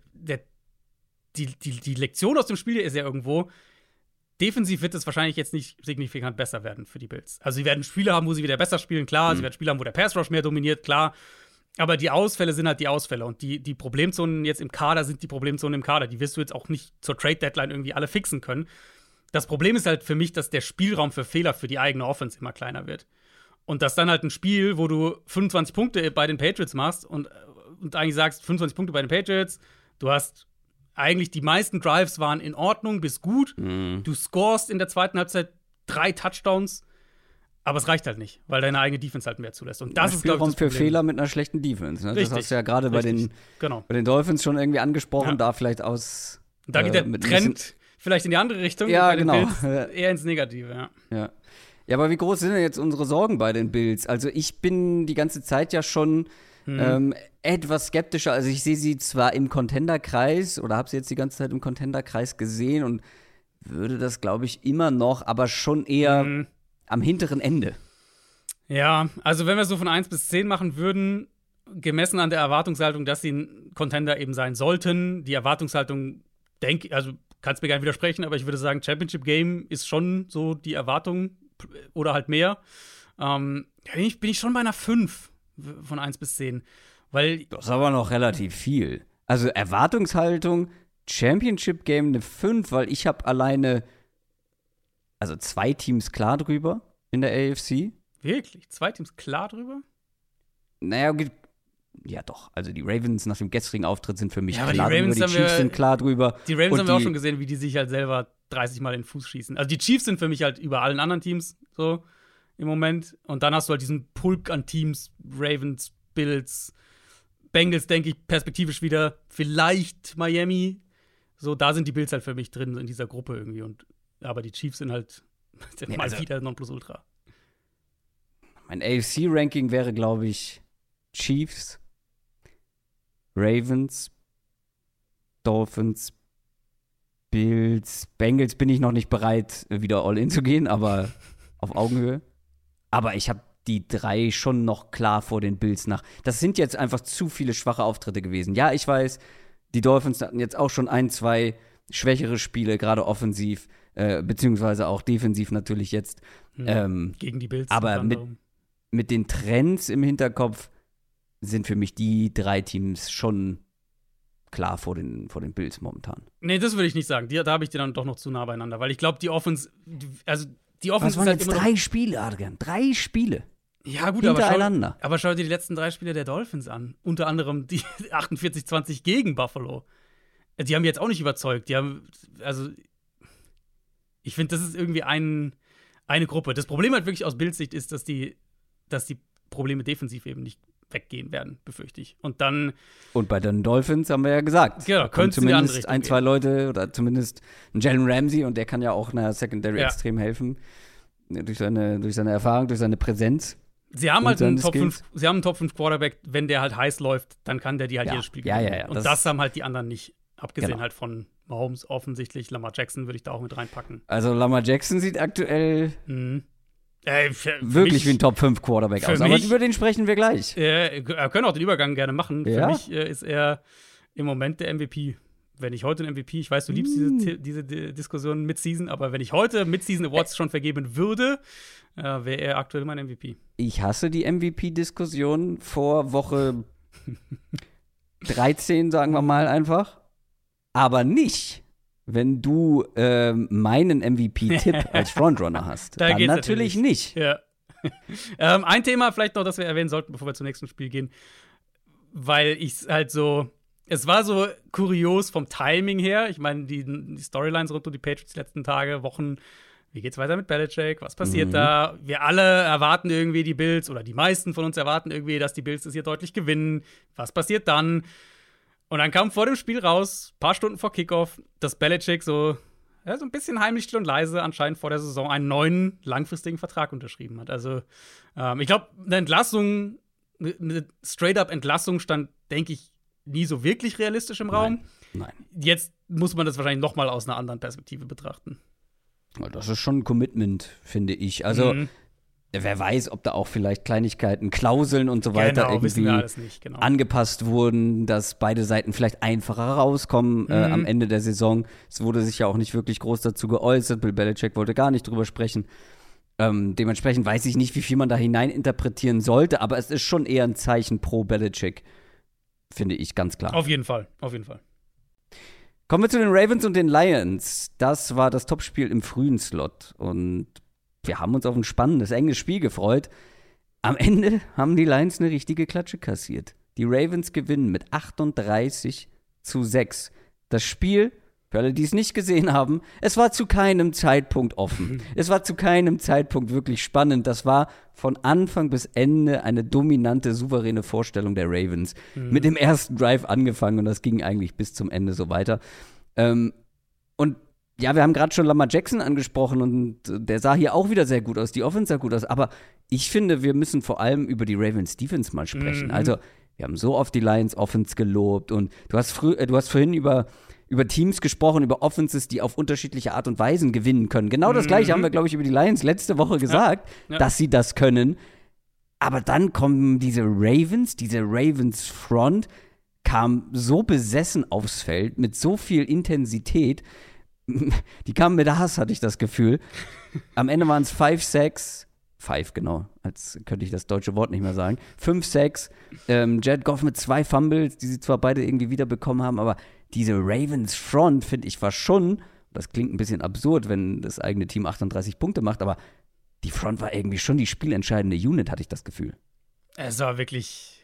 die Lektion aus dem Spiel ist ja irgendwo, defensiv wird es wahrscheinlich jetzt nicht signifikant besser werden für die Bills. Also sie werden Spiele haben, wo sie wieder besser spielen, klar. Sie werden Spiele haben, wo der Pass Rush mehr dominiert, klar. Aber die Ausfälle sind halt die Ausfälle. Und die Problemzonen jetzt im Kader sind die Problemzonen im Kader. Die wirst du jetzt auch nicht zur Trade-Deadline irgendwie alle fixen können. Das Problem ist halt für mich, dass der Spielraum für Fehler für die eigene Offense immer kleiner wird. Und dass dann halt ein Spiel, wo du 25 Punkte bei den Patriots machst und eigentlich sagst, 25 Punkte bei den Patriots, du hast eigentlich die meisten Drives waren in Ordnung bis gut. Du scorest in der zweiten Halbzeit 3 Touchdowns. Aber es reicht halt nicht, weil deine eigene Defense halt mehr zulässt. Und das ist, glaube ich, das Problem. Für Fehler mit einer schlechten Defense. Ne? Das hast du ja gerade bei den Dolphins schon irgendwie angesprochen, da vielleicht aus. Da geht der Trend vielleicht in die andere Richtung. Ja, bei den genau. Bills eher ins Negative, ja. Ja, aber wie groß sind denn jetzt unsere Sorgen bei den Bills? Also ich bin die ganze Zeit ja schon etwas skeptischer. Also ich sehe sie zwar im Contender-Kreis oder habe sie jetzt die ganze Zeit im Contender-Kreis gesehen und würde das, glaube ich, immer noch, aber schon eher am hinteren Ende. Ja, also wenn wir so von 1 bis 10 machen würden, gemessen an der Erwartungshaltung, dass sie ein Contender eben sein sollten, die Erwartungshaltung, also kannst mir gerne widersprechen, aber ich würde sagen, Championship Game ist schon so die Erwartung oder halt mehr. Bin ich schon bei einer 5. von 1 bis 10. Weil Das ist aber noch relativ viel. Also Erwartungshaltung, Championship-Game eine 5, weil ich habe alleine, also 2 Teams klar drüber in der AFC. wirklich, 2 Teams klar drüber? Naja, ja doch. Also die Ravens nach dem gestrigen Auftritt sind für mich Ja, aber klar die drüber. Ravens Die haben Chiefs wir- sind klar drüber. Die Ravens Und haben wir auch schon gesehen, wie die sich halt selber 30 Mal in den Fuß schießen. Also die Chiefs sind für mich halt über allen anderen Teams so im Moment. Und dann hast du halt diesen Pulk an Teams, Ravens, Bills, Bengals, denke ich, perspektivisch wieder. Vielleicht Miami. So, da sind die Bills halt für mich drin in dieser Gruppe irgendwie. Aber die Chiefs sind halt Ja, mal also- wieder Nonplusultra. Mein AFC-Ranking wäre, glaube ich, Chiefs, Ravens, Dolphins, Bills, Bengals bin ich noch nicht bereit, wieder all in zu gehen, aber auf Augenhöhe. Aber ich habe die 3 schon noch klar vor den Bills nach. Das sind jetzt einfach zu viele schwache Auftritte gewesen. Ja, ich weiß, die Dolphins hatten jetzt auch schon 1, 2 schwächere Spiele, gerade offensiv, beziehungsweise auch defensiv natürlich jetzt. Gegen die Bills. aber unter anderem. Mit den Trends im Hinterkopf sind für mich die 3 Teams schon klar vor den Bills momentan. Nee, das würde ich nicht sagen. Da habe ich die dann doch noch zu nah beieinander. Weil ich glaube, die Offense Was ist waren halt jetzt immer noch 3 Spiele, Adrian? 3 Spiele. Ja, gut, Hintereinander. aber schau dir die letzten 3 Spiele der Dolphins an. Unter anderem die 48-20 gegen Buffalo. Die haben jetzt auch nicht überzeugt. Also, ich finde, das ist irgendwie eine Gruppe. Das Problem halt wirklich aus Bills Sicht ist, dass die Probleme defensiv eben nicht weggehen werden, befürchte ich. Und dann Und bei den Dolphins haben wir ja gesagt, Genau, da kommen könnte es in die andere zumindest Richtung 1, 2 Leute oder zumindest ein Jalen Ramsey und der kann ja auch einer Secondary Ja. extrem helfen. Durch seine Erfahrung, durch seine Präsenz. sie haben Und halt einen seine Top 5 Quarterback, wenn der halt heiß läuft, dann kann der die halt Ja. jedes Spiel Ja, gewinnen. ja, ja. Und Das- das haben halt die anderen nicht. Abgesehen Genau. halt von Mahomes offensichtlich. Lamar Jackson würde ich da auch mit reinpacken. Also Lamar Jackson sieht aktuell Für wirklich mich, wie ein Top 5 Quarterback für aus. Aber mich- über den sprechen wir gleich. Wir können auch den Übergang gerne machen. Ja? Für mich ist er im Moment der MVP. Wenn ich heute einen MVP, ich weiß, du liebst diese Diskussion Mid-Season, aber wenn ich heute Mid-Season Awards schon vergeben würde, wäre er aktuell mein MVP. Ich hasse die MVP-Diskussion vor Woche 13, sagen wir mal einfach. Aber nicht, wenn du meinen MVP-Tipp als Frontrunner hast. Da Dann geht's natürlich nicht. Ja. Ein Thema vielleicht noch, das wir erwähnen sollten, bevor wir zum nächsten Spiel gehen, weil ich es halt so, es war so kurios vom Timing her. Ich meine, die Storylines rund um die Patriots die letzten Tage, Wochen, wie geht's weiter mit Belichick? Was passiert da? Wir alle erwarten irgendwie die Bills, oder die meisten von uns erwarten irgendwie, dass die Bills das hier deutlich gewinnen. Was passiert dann? Und dann kam vor dem Spiel raus, ein paar Stunden vor Kickoff, dass Belichick so ein bisschen heimlich still und leise anscheinend vor der Saison einen neuen langfristigen Vertrag unterschrieben hat. Also, ich glaube, eine Straight-up-Entlassung stand, denke ich, nie so wirklich realistisch im Raum. Nein. Jetzt muss man das wahrscheinlich noch mal aus einer anderen Perspektive betrachten. Das ist schon ein Commitment, finde ich. Also, wer weiß, ob da auch vielleicht Kleinigkeiten, Klauseln und so weiter Genau, wissen irgendwie wir alles nicht, genau. angepasst wurden, dass beide Seiten vielleicht einfacher rauskommen am Ende der Saison. Es wurde sich ja auch nicht wirklich groß dazu geäußert. Bill Belichick wollte gar nicht drüber sprechen. Dementsprechend weiß ich nicht, wie viel man da hinein interpretieren sollte, aber es ist schon eher ein Zeichen pro Belichick, finde ich, ganz klar. Auf jeden Fall, auf jeden Fall. Kommen wir zu den Ravens und den Lions. Das war das Topspiel im frühen Slot und wir haben uns auf ein spannendes, enges Spiel gefreut. Am Ende haben die Lions eine richtige Klatsche kassiert. Die Ravens gewinnen mit 38-6. Das Spiel, für alle, die es nicht gesehen haben, es war zu keinem Zeitpunkt offen. Es war zu keinem Zeitpunkt wirklich spannend. Das war von Anfang bis Ende eine dominante, souveräne Vorstellung der Ravens. Mit dem ersten Drive angefangen und das ging eigentlich bis zum Ende so weiter. Und ja, wir haben gerade schon Lamar Jackson angesprochen und der sah hier auch wieder sehr gut aus. Die Offense sah gut aus. Aber ich finde, wir müssen vor allem über die Ravens Defense mal sprechen. Also, wir haben so oft die Lions Offense gelobt und du hast vorhin über Teams gesprochen, über Offenses, die auf unterschiedliche Art und Weisen gewinnen können. Genau das Gleiche haben wir, glaube ich, über die Lions letzte Woche gesagt, dass sie das können. Aber dann kommen diese Ravens Front kam so besessen aufs Feld, mit so viel Intensität. Die kamen mit Hass, hatte ich das Gefühl. Am Ende waren es 5 Sacks, 5, genau. Als könnte ich das deutsche Wort nicht mehr sagen. 5 Sacks. Jared Goff mit 2 Fumbles, die sie zwar beide irgendwie wiederbekommen haben, aber diese Ravens Front, finde ich, war schon, das klingt ein bisschen absurd, wenn das eigene Team 38 Punkte macht, aber die Front war irgendwie schon die spielentscheidende Unit, hatte ich das Gefühl. Es war wirklich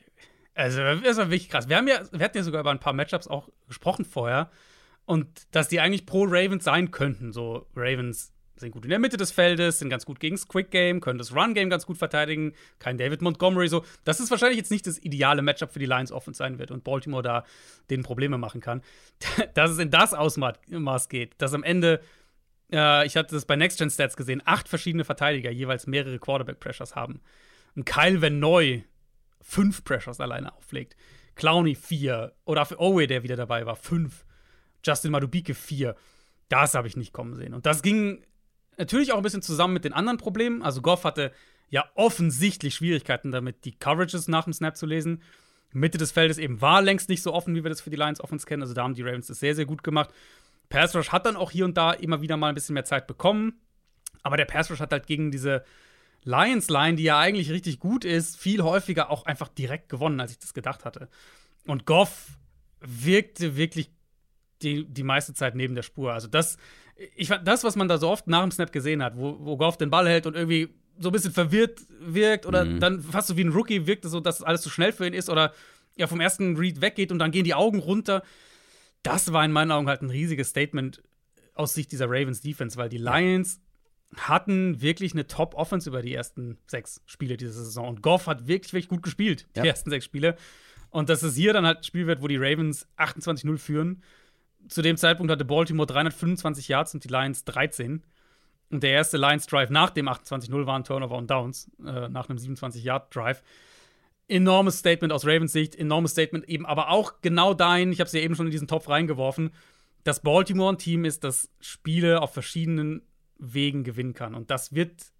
krass. Wir hatten ja sogar über ein paar Matchups auch gesprochen vorher und dass die eigentlich pro Ravens sein könnten. So, Ravens sind gut in der Mitte des Feldes, sind ganz gut gegen das Quick Game, können das Run Game ganz gut verteidigen, kein David Montgomery so. Das ist wahrscheinlich jetzt nicht das ideale Matchup für die Lions Offense sein wird und Baltimore da denen Probleme machen kann. Dass es in das Ausmaß geht, dass am Ende, ich hatte das bei Next Gen Stats gesehen, 8 verschiedene Verteidiger jeweils mehrere Quarterback Pressures haben. Und Kyle Van Noy 5 Pressures alleine auflegt. Clowney 4 oder für Owe, der wieder dabei war, 5. Justin Madubike 4. Das habe ich nicht kommen sehen. Und das ging natürlich auch ein bisschen zusammen mit den anderen Problemen. Also Goff hatte ja offensichtlich Schwierigkeiten damit, die Coverages nach dem Snap zu lesen. Mitte des Feldes eben war längst nicht so offen, wie wir das für die Lions Offense kennen. Also da haben die Ravens das sehr, sehr gut gemacht. Pass Rush hat dann auch hier und da immer wieder mal ein bisschen mehr Zeit bekommen. Aber der Pass Rush hat halt gegen diese Lions-Line, die ja eigentlich richtig gut ist, viel häufiger auch einfach direkt gewonnen, als ich das gedacht hatte. Und Goff wirkte wirklich die meiste Zeit neben der Spur. Also das, was man da so oft nach dem Snap gesehen hat, wo Goff den Ball hält und irgendwie so ein bisschen verwirrt wirkt oder dann fast so wie ein Rookie wirkt, so dass alles zu schnell für ihn ist oder ja vom ersten Read weggeht und dann gehen die Augen runter. Das war in meinen Augen halt ein riesiges Statement aus Sicht dieser Ravens-Defense, weil die Lions hatten wirklich eine Top-Offense über die ersten 6 Spiele dieser Saison. Und Goff hat wirklich, wirklich gut gespielt, die ersten 6 Spiele. Und dass es hier dann halt ein Spiel wird, wo die Ravens 28-0 führen. Zu dem Zeitpunkt hatte Baltimore 325 Yards und die Lions 13. Und der erste Lions-Drive nach dem 28-0 war ein Turnover und Downs, nach einem 27-Yard-Drive. Enormes Statement aus Ravens Sicht, enormes Statement eben aber auch genau dahin, ich habe es ja eben schon in diesen Topf reingeworfen, dass Baltimore ein Team ist, das Spiele auf verschiedenen Wegen gewinnen kann. Und das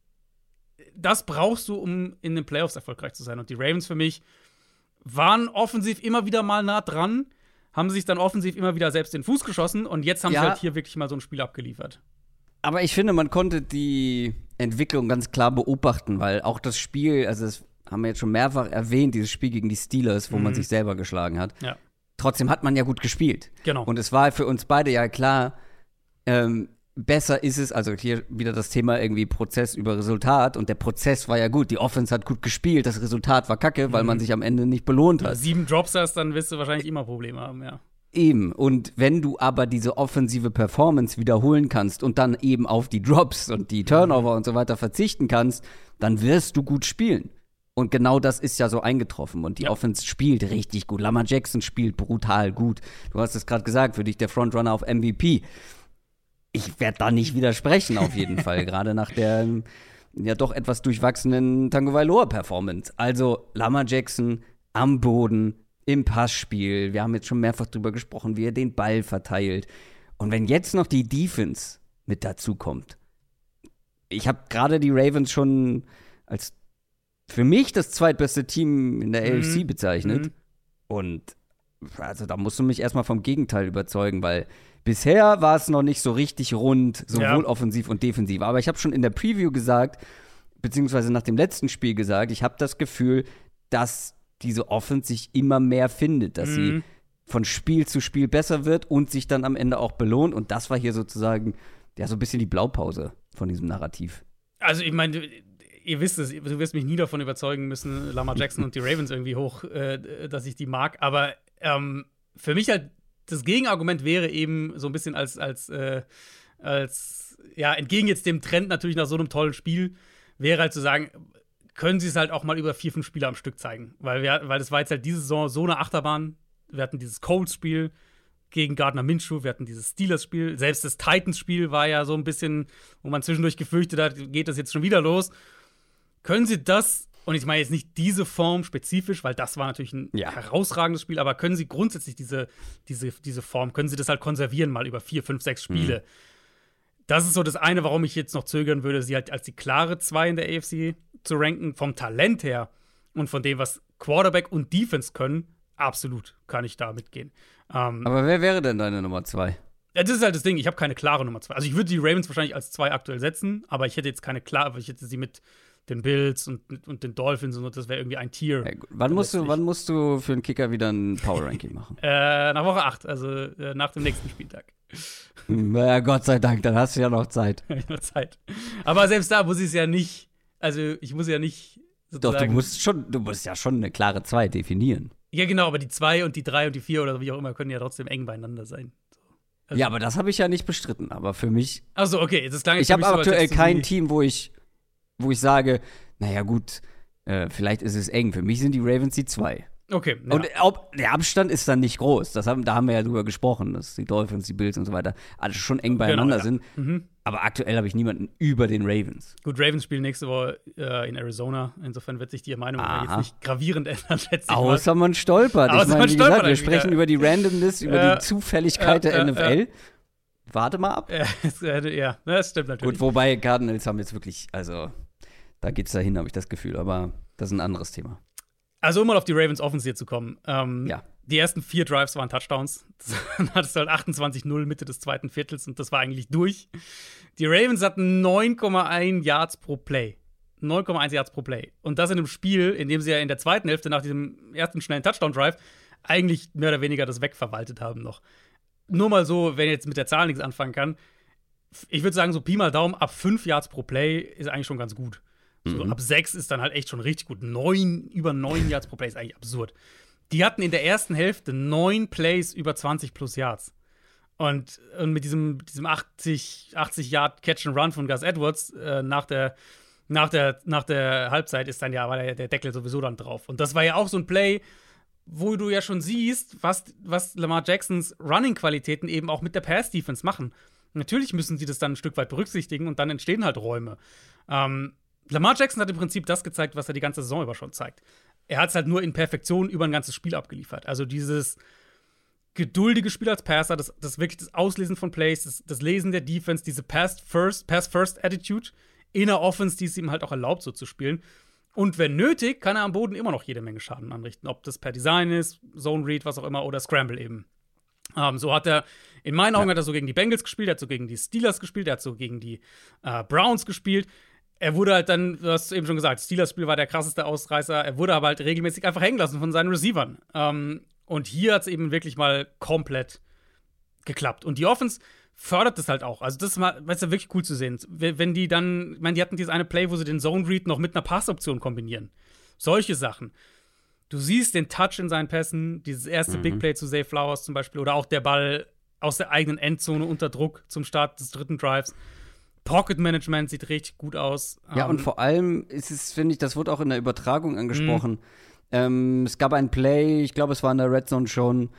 brauchst du, um in den Playoffs erfolgreich zu sein. Und die Ravens für mich waren offensiv immer wieder mal nah dran, haben sich dann offensiv immer wieder selbst in den Fuß geschossen und jetzt haben sie halt hier wirklich mal so ein Spiel abgeliefert. Aber ich finde, man konnte die Entwicklung ganz klar beobachten, weil auch das Spiel, also das haben wir jetzt schon mehrfach erwähnt, dieses Spiel gegen die Steelers, wo man sich selber geschlagen hat. Ja. Trotzdem hat man ja gut gespielt. Genau. Und es war für uns beide ja klar, besser ist es, also hier wieder das Thema irgendwie Prozess über Resultat und der Prozess war ja gut, die Offense hat gut gespielt, das Resultat war kacke, weil man sich am Ende nicht belohnt hat. 7 Drops hast, dann wirst du wahrscheinlich immer Probleme haben, ja. Eben, und wenn du aber diese offensive Performance wiederholen kannst und dann eben auf die Drops und die Turnover und so weiter verzichten kannst, dann wirst du gut spielen. Und genau das ist ja so eingetroffen. Und die Offense spielt richtig gut. Lamar Jackson spielt brutal gut. Du hast es gerade gesagt, für dich der Frontrunner auf MVP. Ich werde da nicht widersprechen, auf jeden Fall. Gerade nach der ja doch etwas durchwachsenen Tagovailoa-Performance. Also Lamar Jackson am Boden, im Passspiel. Wir haben jetzt schon mehrfach drüber gesprochen, wie er den Ball verteilt. Und wenn jetzt noch die Defense mit dazu kommt. Ich habe gerade die Ravens schon als für mich das zweitbeste Team in der AFC bezeichnet. Und also da musst du mich erstmal vom Gegenteil überzeugen, weil bisher war es noch nicht so richtig rund, sowohl offensiv und defensiv. Aber ich habe schon in der Preview gesagt, beziehungsweise nach dem letzten Spiel gesagt, ich habe das Gefühl, dass diese Offense sich immer mehr findet, dass sie von Spiel zu Spiel besser wird und sich dann am Ende auch belohnt. Und das war hier sozusagen ja so ein bisschen die Blaupause von diesem Narrativ. Also ich meine, ihr wisst es, du wirst mich nie davon überzeugen müssen, Lamar Jackson und die Ravens irgendwie hoch, dass ich die mag. Aber für mich halt das Gegenargument wäre eben so ein bisschen als entgegen jetzt dem Trend natürlich nach so einem tollen Spiel, wäre halt zu sagen, können sie es halt auch mal über 4, 5 Spiele am Stück zeigen. Weil das war jetzt halt diese Saison so eine Achterbahn. Wir hatten dieses Colts-Spiel gegen Gardner Minshew, wir hatten dieses Steelers-Spiel, selbst das Titans-Spiel war ja so ein bisschen, wo man zwischendurch gefürchtet hat, geht das jetzt schon wieder los. Können sie das, und ich meine jetzt nicht diese Form spezifisch, weil das war natürlich ein herausragendes Spiel, aber können sie grundsätzlich diese Form, können sie das halt konservieren mal über 4, 5, 6 Spiele? Das ist so das eine, warum ich jetzt noch zögern würde, sie halt als die klare 2 in der AFC zu ranken. Vom Talent her und von dem, was Quarterback und Defense können, absolut kann ich da mitgehen. Aber wer wäre denn deine Nummer 2? Ja, das ist halt das Ding, ich habe keine klare Nummer 2. Also ich würde die Ravens wahrscheinlich als 2 aktuell setzen, aber ich hätte jetzt keine klare, ich hätte sie mit den Bills und den Dolphins und das wäre irgendwie ein Tier. Ja, wann musst du für einen Kicker wieder ein Power-Ranking machen? Nach Woche 8, also nach dem nächsten Spieltag. Na Gott sei Dank, dann hast du ja noch Zeit. Aber selbst da muss ich es ja nicht, also ich muss ja nicht sozusagen. Doch, du musst ja schon eine klare 2 definieren. Ja, genau, aber die 2 und die 3 und die 4 oder wie auch immer können ja trotzdem eng beieinander sein. Also, ja, aber das habe ich ja nicht bestritten. Aber für mich. Achso, okay, das klang jetzt Ich habe so, aktuell kein Team, wo ich sage, naja, gut, vielleicht ist es eng. Für mich sind die Ravens die 2. Okay. Ja. Und der Abstand ist dann nicht groß. Da haben wir ja drüber gesprochen, dass die Dolphins, die Bills und so weiter alle schon eng beieinander sind. Mhm. Aber aktuell habe ich niemanden über den Ravens. Gut, Ravens spielen nächste Woche in Arizona. Insofern wird sich die Meinung jetzt nicht gravierend ändern, schätze ich mal. Außer man stolpert. Ich meine, wie gesagt, wir sprechen über die Randomness, über die Zufälligkeit der NFL. Warte mal ab. Ja, das stimmt natürlich. Gut, wobei Cardinals haben jetzt wirklich, also da geht's dahin, habe ich das Gefühl. Aber das ist ein anderes Thema. Also, um mal auf die Ravens Offensive zu kommen. Ja. Die ersten 4 Drives waren Touchdowns. Dann hattest du halt 28-0 Mitte des zweiten Viertels und das war eigentlich durch. Die Ravens hatten 9,1 Yards pro Play. 9,1 Yards pro Play. Und das in einem Spiel, in dem sie ja in der zweiten Hälfte nach diesem ersten schnellen Touchdown-Drive eigentlich mehr oder weniger das wegverwaltet haben noch. Nur mal so, wenn ihr jetzt mit der Zahl nichts anfangen kann. Ich würde sagen, so Pi mal Daumen, ab 5 Yards pro Play ist eigentlich schon ganz gut. So, ab 6 ist dann halt echt schon richtig gut. Über 9 Yards pro Play ist eigentlich absurd. Die hatten in der ersten Hälfte 9 Plays über 20 plus Yards. Und mit diesem 80 Yard Catch and Run von Gus Edwards nach der Halbzeit ist dann war der Deckel sowieso dann drauf. Und das war ja auch so ein Play, wo du ja schon siehst, was Lamar Jacksons Running-Qualitäten eben auch mit der Pass-Defense machen. Natürlich müssen sie das dann ein Stück weit berücksichtigen und dann entstehen halt Räume. Lamar Jackson hat im Prinzip das gezeigt, was er die ganze Saison über schon zeigt. Er hat es halt nur in Perfektion über ein ganzes Spiel abgeliefert. Also dieses geduldige Spiel als Passer, das wirklich das Auslesen von Plays, das Lesen der Defense, diese Pass-First-Attitude in der Offense, die es ihm halt auch erlaubt, so zu spielen. Und wenn nötig, kann er am Boden immer noch jede Menge Schaden anrichten. Ob das per Design ist, Zone Read, was auch immer, oder Scramble eben. So hat er, in meinen Augen hat er so gegen die Bengals gespielt, er hat so gegen die Steelers gespielt, er hat so gegen die Browns gespielt. Er wurde halt dann, du hast eben schon gesagt, Steelers-Spiel war der krasseste Ausreißer. Er wurde aber halt regelmäßig einfach hängen lassen von seinen Receivern. Und hier hat es eben wirklich mal komplett geklappt. Und die Offense fördert das halt auch. Also das ist ja wirklich cool zu sehen. Wenn die dann, ich meine, die hatten dieses eine Play, wo sie den Zone Read noch mit einer Passoption kombinieren. Solche Sachen. Du siehst den Touch in seinen Pässen, dieses erste Big Play zu Zay Flowers zum Beispiel, oder auch der Ball aus der eigenen Endzone unter Druck zum Start des dritten Drives. Pocket-Management sieht richtig gut aus. Ja, und vor allem ist es, finde ich, das wurde auch in der Übertragung angesprochen. Es gab ein Play, ich glaube, es war in der Red Zone schon,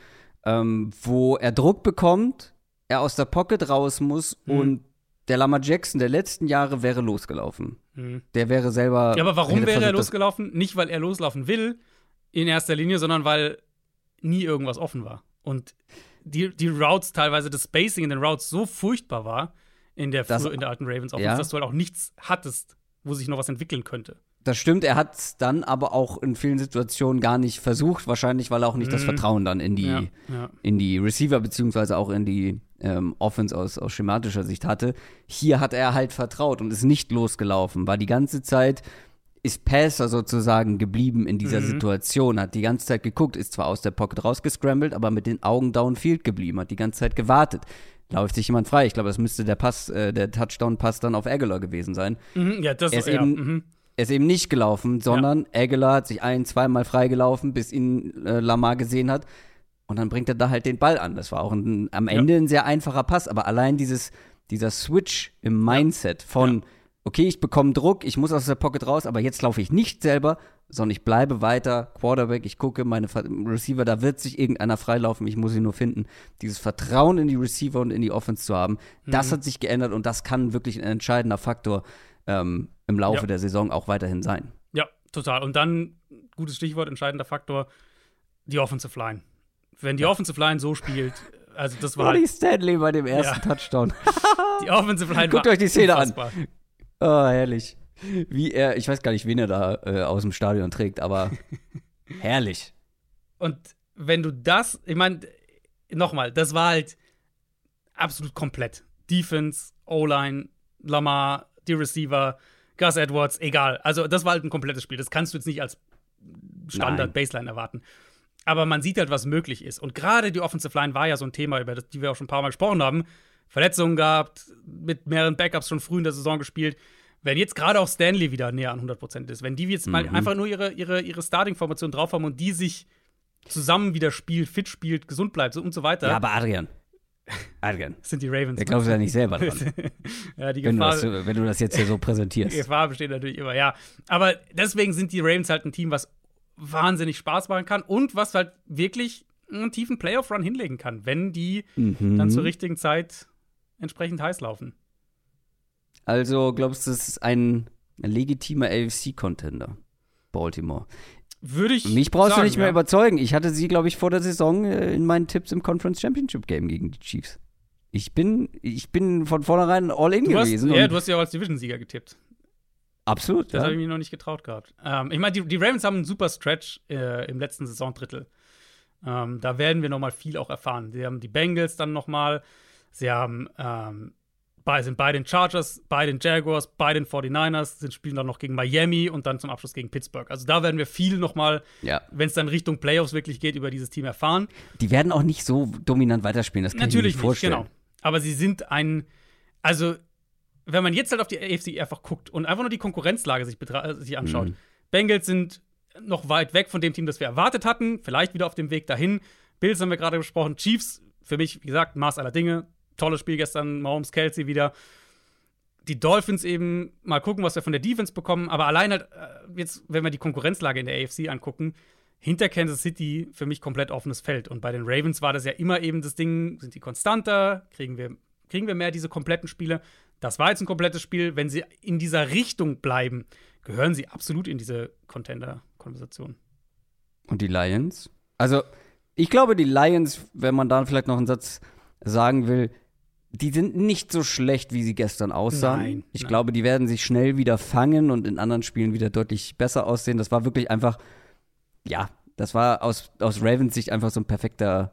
wo er Druck bekommt, er aus der Pocket raus muss und der Lamar Jackson der letzten Jahre wäre losgelaufen. Der wäre selber. Ja, aber warum wäre er losgelaufen? Nicht, weil er loslaufen will, in erster Linie, sondern weil nie irgendwas offen war. Und die Routes teilweise, das Spacing in den Routes so furchtbar war, in der alten Ravens Offense, dass du halt auch nichts hattest, wo sich noch was entwickeln könnte. Das stimmt, er hat es dann aber auch in vielen Situationen gar nicht versucht, wahrscheinlich, weil er auch nicht das Vertrauen dann in die Receiver beziehungsweise auch in die Offense aus schematischer Sicht hatte. Hier hat er halt vertraut und ist nicht losgelaufen, war die ganze Zeit, ist Passer sozusagen geblieben in dieser Situation, hat die ganze Zeit geguckt, ist zwar aus der Pocket rausgescrambled, aber mit den Augen downfield geblieben, hat die ganze Zeit gewartet. Läuft sich jemand frei. Ich glaube, das müsste der Touchdown-Pass dann auf Aguilar gewesen sein. Ja, das ist er ist eben nicht gelaufen, sondern Aguilar hat sich zweimal freigelaufen, bis ihn Lamar gesehen hat. Und dann bringt er da halt den Ball an. Das war auch am Ende ein sehr einfacher Pass. Aber allein dieser Switch im Mindset von, okay, ich bekomme Druck, ich muss aus der Pocket raus, aber jetzt laufe ich nicht selber, sondern ich bleibe weiter, Quarterback, ich gucke, meine Receiver, da wird sich irgendeiner freilaufen, ich muss ihn nur finden. Dieses Vertrauen in die Receiver und in die Offense zu haben, das hat sich geändert und das kann wirklich ein entscheidender Faktor im Laufe der Saison auch weiterhin sein. Ja, total. Und dann, gutes Stichwort, entscheidender Faktor, die Offensive Line. Wenn die Offensive Line so spielt, also das war Ronnie Stanley bei dem ersten Touchdown. Die Offensive Line Guckt euch die Szene unfassbar an. Oh, herrlich. Ich weiß gar nicht, wen er da aus dem Stadion trägt, aber herrlich. Und wenn du das, ich meine, nochmal, das war halt absolut komplett. Defense, O-Line, Lamar, die Receiver, Gus Edwards, egal. Also das war halt ein komplettes Spiel. Das kannst du jetzt nicht als Standard-Baseline erwarten. Aber man sieht halt, was möglich ist. Und gerade die Offensive Line war ja so ein Thema, über das wir auch schon ein paar Mal gesprochen haben. Verletzungen gehabt, mit mehreren Backups schon früh in der Saison gespielt. Wenn jetzt gerade auch Stanley wieder näher an 100% ist, wenn die jetzt mal einfach nur ihre Starting-Formation drauf haben und die sich zusammen wieder spielt, fit spielt, gesund bleibt und so weiter. Ja, aber Adrian. Das sind die Ravens. Da glaubst du ja nicht selber dran. Ja, die Gefahr, wenn du das jetzt hier so präsentierst. Die Gefahr besteht natürlich immer, ja. Aber deswegen sind die Ravens halt ein Team, was wahnsinnig Spaß machen kann und was halt wirklich einen tiefen Playoff-Run hinlegen kann, wenn die dann zur richtigen Zeit entsprechend heiß laufen. Also glaubst du, das ist ein legitimer AFC-Contender, Baltimore? Würde ich Mich brauchst sagen, du nicht mehr überzeugen. Ich hatte sie, glaube ich, vor der Saison in meinen Tipps im Conference Championship Game gegen die Chiefs. Ich bin von vornherein all in gewesen. Du hast ja auch als Division-Sieger getippt. Absolut, Das habe ich mir noch nicht getraut gehabt. Ich meine, die Ravens haben einen super Stretch im letzten Saisondrittel. Da werden wir noch mal viel auch erfahren. Sie haben die Bengals dann noch mal. Sie haben sind bei den Chargers, bei den Jaguars, bei den 49ers, spielen dann noch gegen Miami und dann zum Abschluss gegen Pittsburgh. Also da werden wir viel noch mal, wenn es dann Richtung Playoffs wirklich geht, über dieses Team erfahren. Die werden auch nicht so dominant weiterspielen, das kann ich mir nicht vorstellen. Genau. Aber sie sind also wenn man jetzt halt auf die AFC einfach guckt und einfach nur die Konkurrenzlage sich anschaut, Bengals sind noch weit weg von dem Team, das wir erwartet hatten, vielleicht wieder auf dem Weg dahin. Bills haben wir gerade besprochen, Chiefs, für mich, wie gesagt, Maß aller Dinge. Tolles Spiel gestern, Mahomes, Kelsey wieder. Die Dolphins eben, mal gucken, was wir von der Defense bekommen. Aber allein halt, jetzt, wenn wir die Konkurrenzlage in der AFC angucken, hinter Kansas City für mich komplett offenes Feld. Und bei den Ravens war das ja immer eben das Ding, sind die konstanter? Kriegen wir mehr diese kompletten Spiele? Das war jetzt ein komplettes Spiel. Wenn sie in dieser Richtung bleiben, gehören sie absolut in diese Contender-Konversation. Und die Lions? Also, ich glaube, die Lions, wenn man da vielleicht noch einen Satz sagen will, die sind nicht so schlecht, wie sie gestern aussahen. Ich glaube, die werden sich schnell wieder fangen und in anderen Spielen wieder deutlich besser aussehen. Das war wirklich einfach, das war aus Ravens Sicht einfach so ein perfektes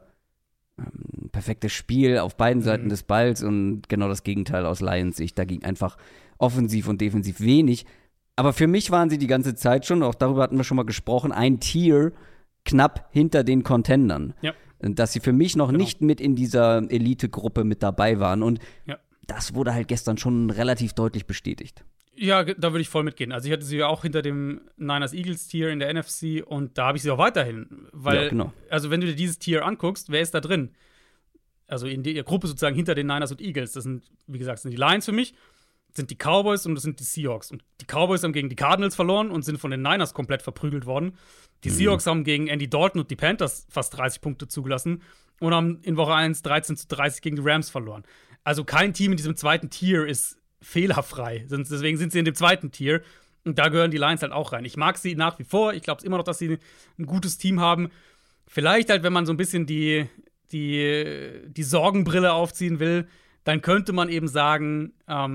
Spiel auf beiden Seiten des Balls und genau das Gegenteil aus Lions Sicht. Da ging einfach offensiv und defensiv wenig. Aber für mich waren sie die ganze Zeit schon, auch darüber hatten wir schon mal gesprochen, ein Tier knapp hinter den Contendern. Ja. Dass sie für mich noch nicht mit in dieser Elite-Gruppe mit dabei waren. Und das wurde halt gestern schon relativ deutlich bestätigt. Ja, da würde ich voll mitgehen. Also ich hatte sie ja auch hinter dem Niners-Eagles-Tier in der NFC und da habe ich sie auch weiterhin. Weil, also wenn du dir dieses Tier anguckst, wer ist da drin? Also in der Gruppe sozusagen hinter den Niners und Eagles. Das sind, wie gesagt, die Lions für mich, das sind die Cowboys und das sind die Seahawks. Und die Cowboys haben gegen die Cardinals verloren und sind von den Niners komplett verprügelt worden. Die Seahawks haben gegen Andy Dalton und die Panthers fast 30 Punkte zugelassen und haben in Woche 1 13-30 gegen die Rams verloren. Also kein Team in diesem zweiten Tier ist fehlerfrei. Deswegen sind sie in dem zweiten Tier und da gehören die Lions halt auch rein. Ich mag sie nach wie vor. Ich glaube immer noch, dass sie ein gutes Team haben. Vielleicht halt, wenn man so ein bisschen die Sorgenbrille aufziehen will, dann könnte man eben sagen,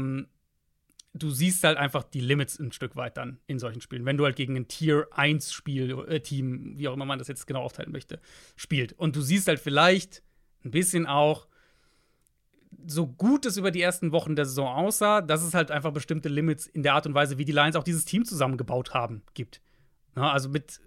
du siehst halt einfach die Limits ein Stück weit dann in solchen Spielen. Wenn du halt gegen ein Tier-1-Team, wie auch immer man das jetzt genau aufteilen möchte, spielt. Und du siehst halt vielleicht ein bisschen auch, so gut es über die ersten Wochen der Saison aussah, dass es halt einfach bestimmte Limits in der Art und Weise, wie die Lions auch dieses Team zusammengebaut haben, gibt. Na, also mit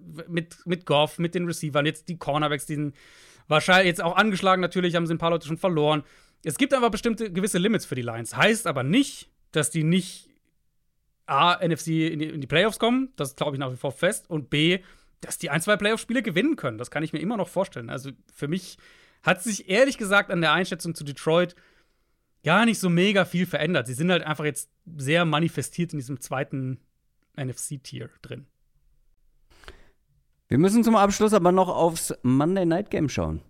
Goff, mit den Receivern, jetzt die Cornerbacks, die sind wahrscheinlich jetzt auch angeschlagen, natürlich haben sie ein paar Leute schon verloren. Es gibt einfach bestimmte gewisse Limits für die Lions. Heißt aber nicht, dass die nicht NFC in die Playoffs kommen, das glaube ich nach wie vor fest, und B, dass die 1-2 Playoff-Spiele gewinnen können. Das kann ich mir immer noch vorstellen. Also für mich hat sich ehrlich gesagt an der Einschätzung zu Detroit gar nicht so mega viel verändert. Sie sind halt einfach jetzt sehr manifestiert in diesem zweiten NFC-Tier drin. Wir müssen zum Abschluss aber noch aufs Monday Night Game schauen.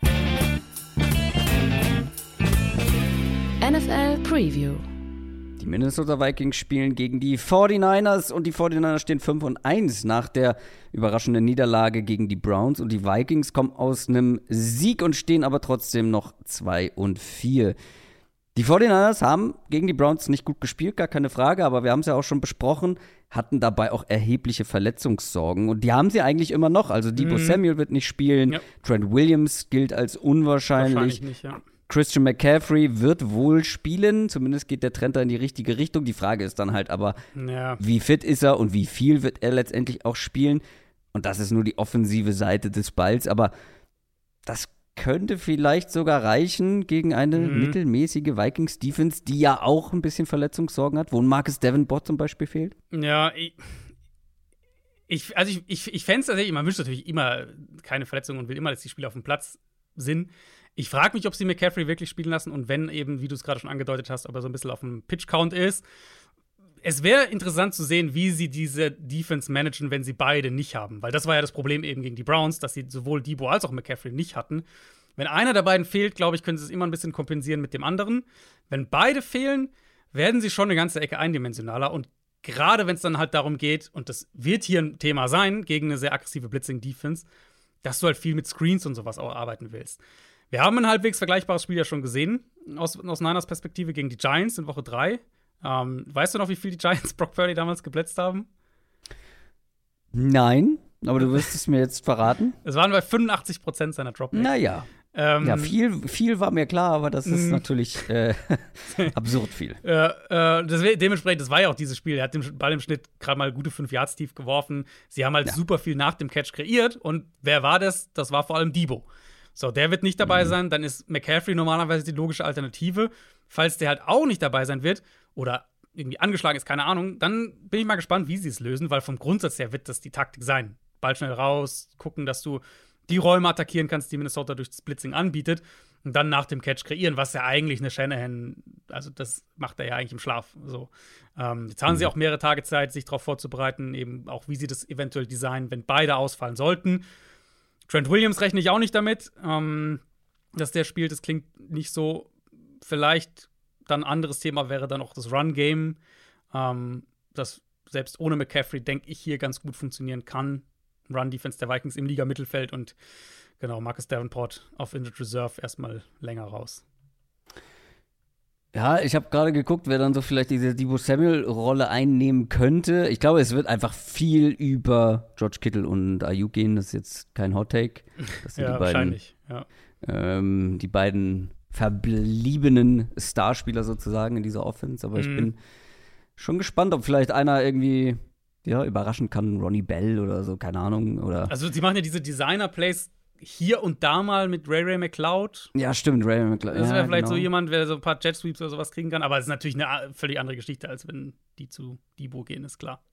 NFL Preview. Die Minnesota Vikings spielen gegen die 49ers und die 49ers stehen 5-1 nach der überraschenden Niederlage gegen die Browns und die Vikings kommen aus einem Sieg und stehen aber trotzdem noch 2-4. Die 49ers haben gegen die Browns nicht gut gespielt, gar keine Frage, aber wir haben es ja auch schon besprochen, hatten dabei auch erhebliche Verletzungssorgen und die haben sie eigentlich immer noch. Also Deebo Samuel wird nicht spielen, Trent Williams gilt als unwahrscheinlich. Wahrscheinlich nicht, ja. Christian McCaffrey wird wohl spielen, zumindest geht der Trend da in die richtige Richtung. Die Frage ist dann halt aber, wie fit ist er und wie viel wird er letztendlich auch spielen? Und das ist nur die offensive Seite des Balls, aber das könnte vielleicht sogar reichen gegen eine mittelmäßige Vikings-Defense, die ja auch ein bisschen Verletzungssorgen hat, wo ein Marcus Davenport zum Beispiel fehlt. Ja, ich fände es tatsächlich, man wünscht natürlich immer keine Verletzungen und will immer, dass die Spieler auf dem Platz sind. Ich frage mich, ob sie McCaffrey wirklich spielen lassen und wenn eben, wie du es gerade schon angedeutet hast, ob er so ein bisschen auf dem Pitch-Count ist. Es wäre interessant zu sehen, wie sie diese Defense managen, wenn sie beide nicht haben. Weil das war ja das Problem eben gegen die Browns, dass sie sowohl Debo als auch McCaffrey nicht hatten. Wenn einer der beiden fehlt, glaube ich, können sie es immer ein bisschen kompensieren mit dem anderen. Wenn beide fehlen, werden sie schon eine ganze Ecke eindimensionaler. Und gerade wenn es dann halt darum geht, und das wird hier ein Thema sein, gegen eine sehr aggressive Blitzing-Defense, dass du halt viel mit Screens und sowas auch arbeiten willst. Wir haben ein halbwegs vergleichbares Spiel ja schon gesehen, aus Niners Perspektive gegen die Giants in Woche 3. Weißt du noch, wie viel die Giants Brock Purdy damals geblitzt haben? Nein, aber du wirst es mir jetzt verraten. Es waren bei 85% seiner Dropbacks. Naja. Ja, viel war mir klar, aber das ist natürlich absurd viel. Dementsprechend, das war ja auch dieses Spiel. Er hat den Ball im Schnitt gerade mal gute 5 Yards tief geworfen. Sie haben halt super viel nach dem Catch kreiert. Und wer war das? Das war vor allem Debo. So, der wird nicht dabei sein. Dann ist McCaffrey normalerweise die logische Alternative. Falls der halt auch nicht dabei sein wird oder irgendwie angeschlagen ist, keine Ahnung, dann bin ich mal gespannt, wie sie es lösen, weil vom Grundsatz her wird das die Taktik sein. Ball schnell raus, gucken, dass du die Räume attackieren kannst, die Minnesota durch das Blitzing anbietet und dann nach dem Catch kreieren, was ja eigentlich eine Shanahan, also das macht er ja eigentlich im Schlaf. So. Jetzt haben sie auch mehrere Tage Zeit, sich darauf vorzubereiten, eben auch, wie sie das eventuell designen, wenn beide ausfallen sollten. Trent Williams rechne ich auch nicht damit, dass der spielt. Das klingt nicht so. Vielleicht dann ein anderes Thema wäre dann auch das Run-Game, das selbst ohne McCaffrey, denke ich, hier ganz gut funktionieren kann. Run-Defense der Vikings im Liga-Mittelfeld und genau, Marcus Davenport auf Injured Reserve erstmal länger raus. Ja, ich habe gerade geguckt, wer dann so vielleicht diese Debo Samuel-Rolle einnehmen könnte. Ich glaube, es wird einfach viel über George Kittle und Ayuk gehen. Das ist jetzt kein Hot-Take. Das sind ja, wahrscheinlich, ja. Die beiden verbliebenen Starspieler sozusagen in dieser Offense. Aber ich bin schon gespannt, ob vielleicht einer irgendwie überraschen kann. Ronnie Bell oder so, keine Ahnung. Oder also sie machen ja diese Designer-Plays hier und da mal mit Ray McCloud. Ja, stimmt, Ray McCloud. Das wäre vielleicht so jemand, der so ein paar Jet-Sweeps oder sowas kriegen kann. Aber es ist natürlich eine völlig andere Geschichte, als wenn die zu Debo gehen, ist klar.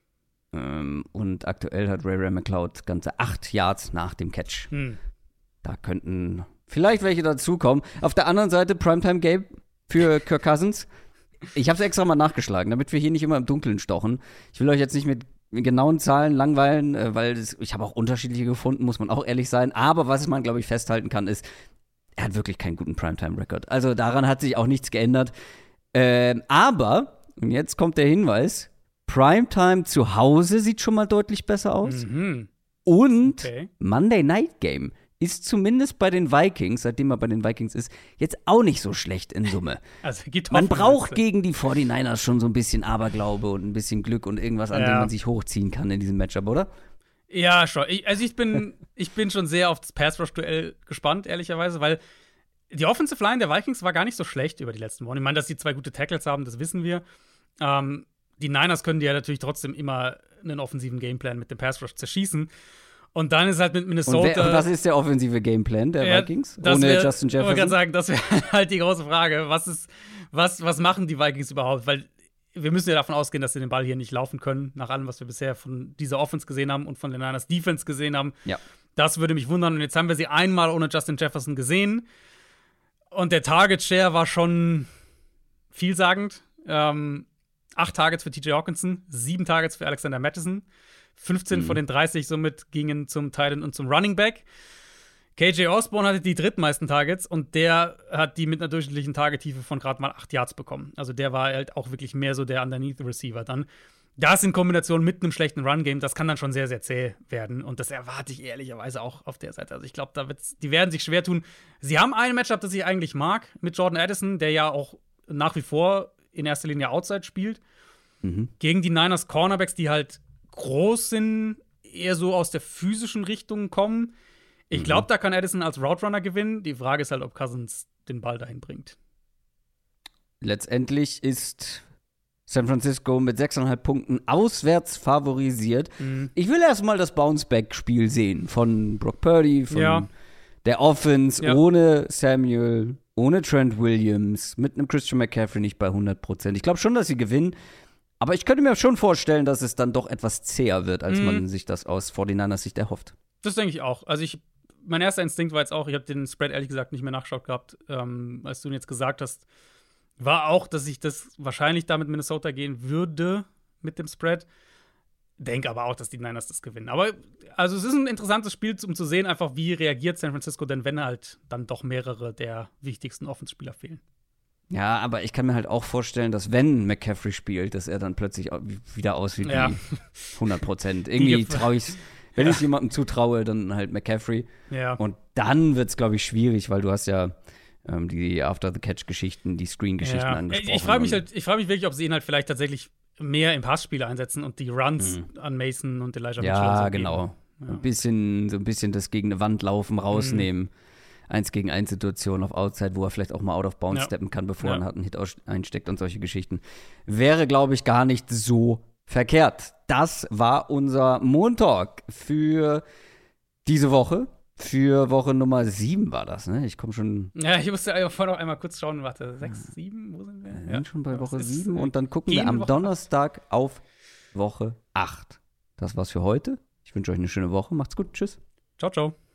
Und aktuell hat Ray McCloud ganze 8 Yards nach dem Catch. Da könnten vielleicht welche dazukommen. Auf der anderen Seite Primetime-Game für Kirk Cousins. Ich habe es extra mal nachgeschlagen, damit wir hier nicht immer im Dunkeln stochen. Ich will euch jetzt nicht mit genauen Zahlen langweilen, weil ich habe auch unterschiedliche gefunden, muss man auch ehrlich sein. Aber was man, glaube ich, festhalten kann, ist, er hat wirklich keinen guten Primetime-Record. Also daran hat sich auch nichts geändert. Aber, und jetzt kommt der Hinweis, Primetime zu Hause sieht schon mal deutlich besser aus. Und Monday Night Game ist zumindest bei den Vikings, seitdem er bei den Vikings ist, jetzt auch nicht so schlecht in Summe. Also gibt man braucht gegen die 49ers schon so ein bisschen Aberglaube und ein bisschen Glück und irgendwas, an dem man sich hochziehen kann in diesem Matchup, oder? Ja, schon. Ich bin schon sehr auf das Pass-Rush-Duell gespannt, ehrlicherweise, weil die Offensive Line der Vikings war gar nicht so schlecht über die letzten Wochen. Ich meine, dass die 2 gute Tackles haben, das wissen wir. Die Niners können die ja natürlich trotzdem immer einen offensiven Gameplan mit dem Pass-Rush zerschießen. Und dann ist halt mit Minnesota. Und was ist der offensive Gameplan der Vikings? Ohne Justin Jefferson? Ich wollte gerade sagen, das wäre halt die große Frage. Was machen die Vikings überhaupt? Weil wir müssen ja davon ausgehen, dass sie den Ball hier nicht laufen können, nach allem, was wir bisher von dieser Offense gesehen haben und von den Niners Defense gesehen haben. Ja. Das würde mich wundern. Und jetzt haben wir sie einmal ohne Justin Jefferson gesehen. Und der Target-Share war schon vielsagend. 8 Targets für TJ Hawkinson, 7 Targets für Alexander Mattison. 15 von den 30 somit gingen zum Tight End und zum Running Back. KJ Osborne hatte die drittmeisten Targets und der hat die mit einer durchschnittlichen Targettiefe von gerade mal 8 Yards bekommen. Also der war halt auch wirklich mehr so der Underneath-Receiver dann. Das in Kombination mit einem schlechten Run-Game, das kann dann schon sehr, sehr zäh werden. Und das erwarte ich ehrlicherweise auch auf der Seite. Also ich glaube, die werden sich schwer tun. Sie haben ein Matchup, das ich eigentlich mag, mit Jordan Addison, der ja auch nach wie vor in erster Linie Outside spielt. Gegen die Niners Cornerbacks, die halt groß sind, eher so aus der physischen Richtung kommen. Ich glaube, da kann Addison als Route Runner gewinnen. Die Frage ist halt, ob Cousins den Ball dahin bringt. Letztendlich ist San Francisco mit 6,5 Punkten auswärts favorisiert. Ich will erstmal das Bounce-Back-Spiel sehen von Brock Purdy, von der Offense, ohne Samuel, ohne Trent Williams, mit einem Christian McCaffrey nicht bei 100%. Ich glaube schon, dass sie gewinnen, aber ich könnte mir schon vorstellen, dass es dann doch etwas zäher wird, als man sich das aus 49ers Sicht erhofft. Das denke ich auch. Also mein erster Instinkt war jetzt auch, ich habe den Spread ehrlich gesagt nicht mehr nachgeschaut gehabt, als du ihn jetzt gesagt hast, war auch, dass ich das wahrscheinlich da mit Minnesota gehen würde, mit dem Spread. Denke aber auch, dass die Niners das gewinnen. Aber also es ist ein interessantes Spiel, um zu sehen, einfach wie reagiert San Francisco denn, wenn halt dann doch mehrere der wichtigsten Offenspieler fehlen. Ja, aber ich kann mir halt auch vorstellen, dass wenn McCaffrey spielt, dass er dann plötzlich wieder aussieht wie 100%. Irgendwie traue ich wenn ich jemandem zutraue, dann halt McCaffrey. Ja. Und dann wird es, glaube ich, schwierig, weil du hast ja die After-the-Catch-Geschichten, die Screen-Geschichten angesprochen. Ich frage mich wirklich, ob sie ihn halt vielleicht tatsächlich mehr im Passspiel einsetzen und die Runs an Mason und Elijah Mitchell ja, so genau. Ja. So ein bisschen das gegen eine Wand laufen, rausnehmen. 1-gegen-1-Situation auf Outside, wo er vielleicht auch mal out of bounds steppen kann, bevor er einen Hit einsteckt und solche Geschichten. Wäre, glaube ich, gar nicht so verkehrt. Das war unser Montalk für diese Woche. Für Woche Nummer 7 war das, ne? Ich komme schon. Ja, ich musste vorher noch einmal kurz schauen. Warte, 6, 7, wo sind wir? Wir sind schon bei Woche 7 und dann gucken wir am Woche Donnerstag auf Woche 8. Das war's für heute. Ich wünsche euch eine schöne Woche. Macht's gut. Tschüss. Ciao, ciao.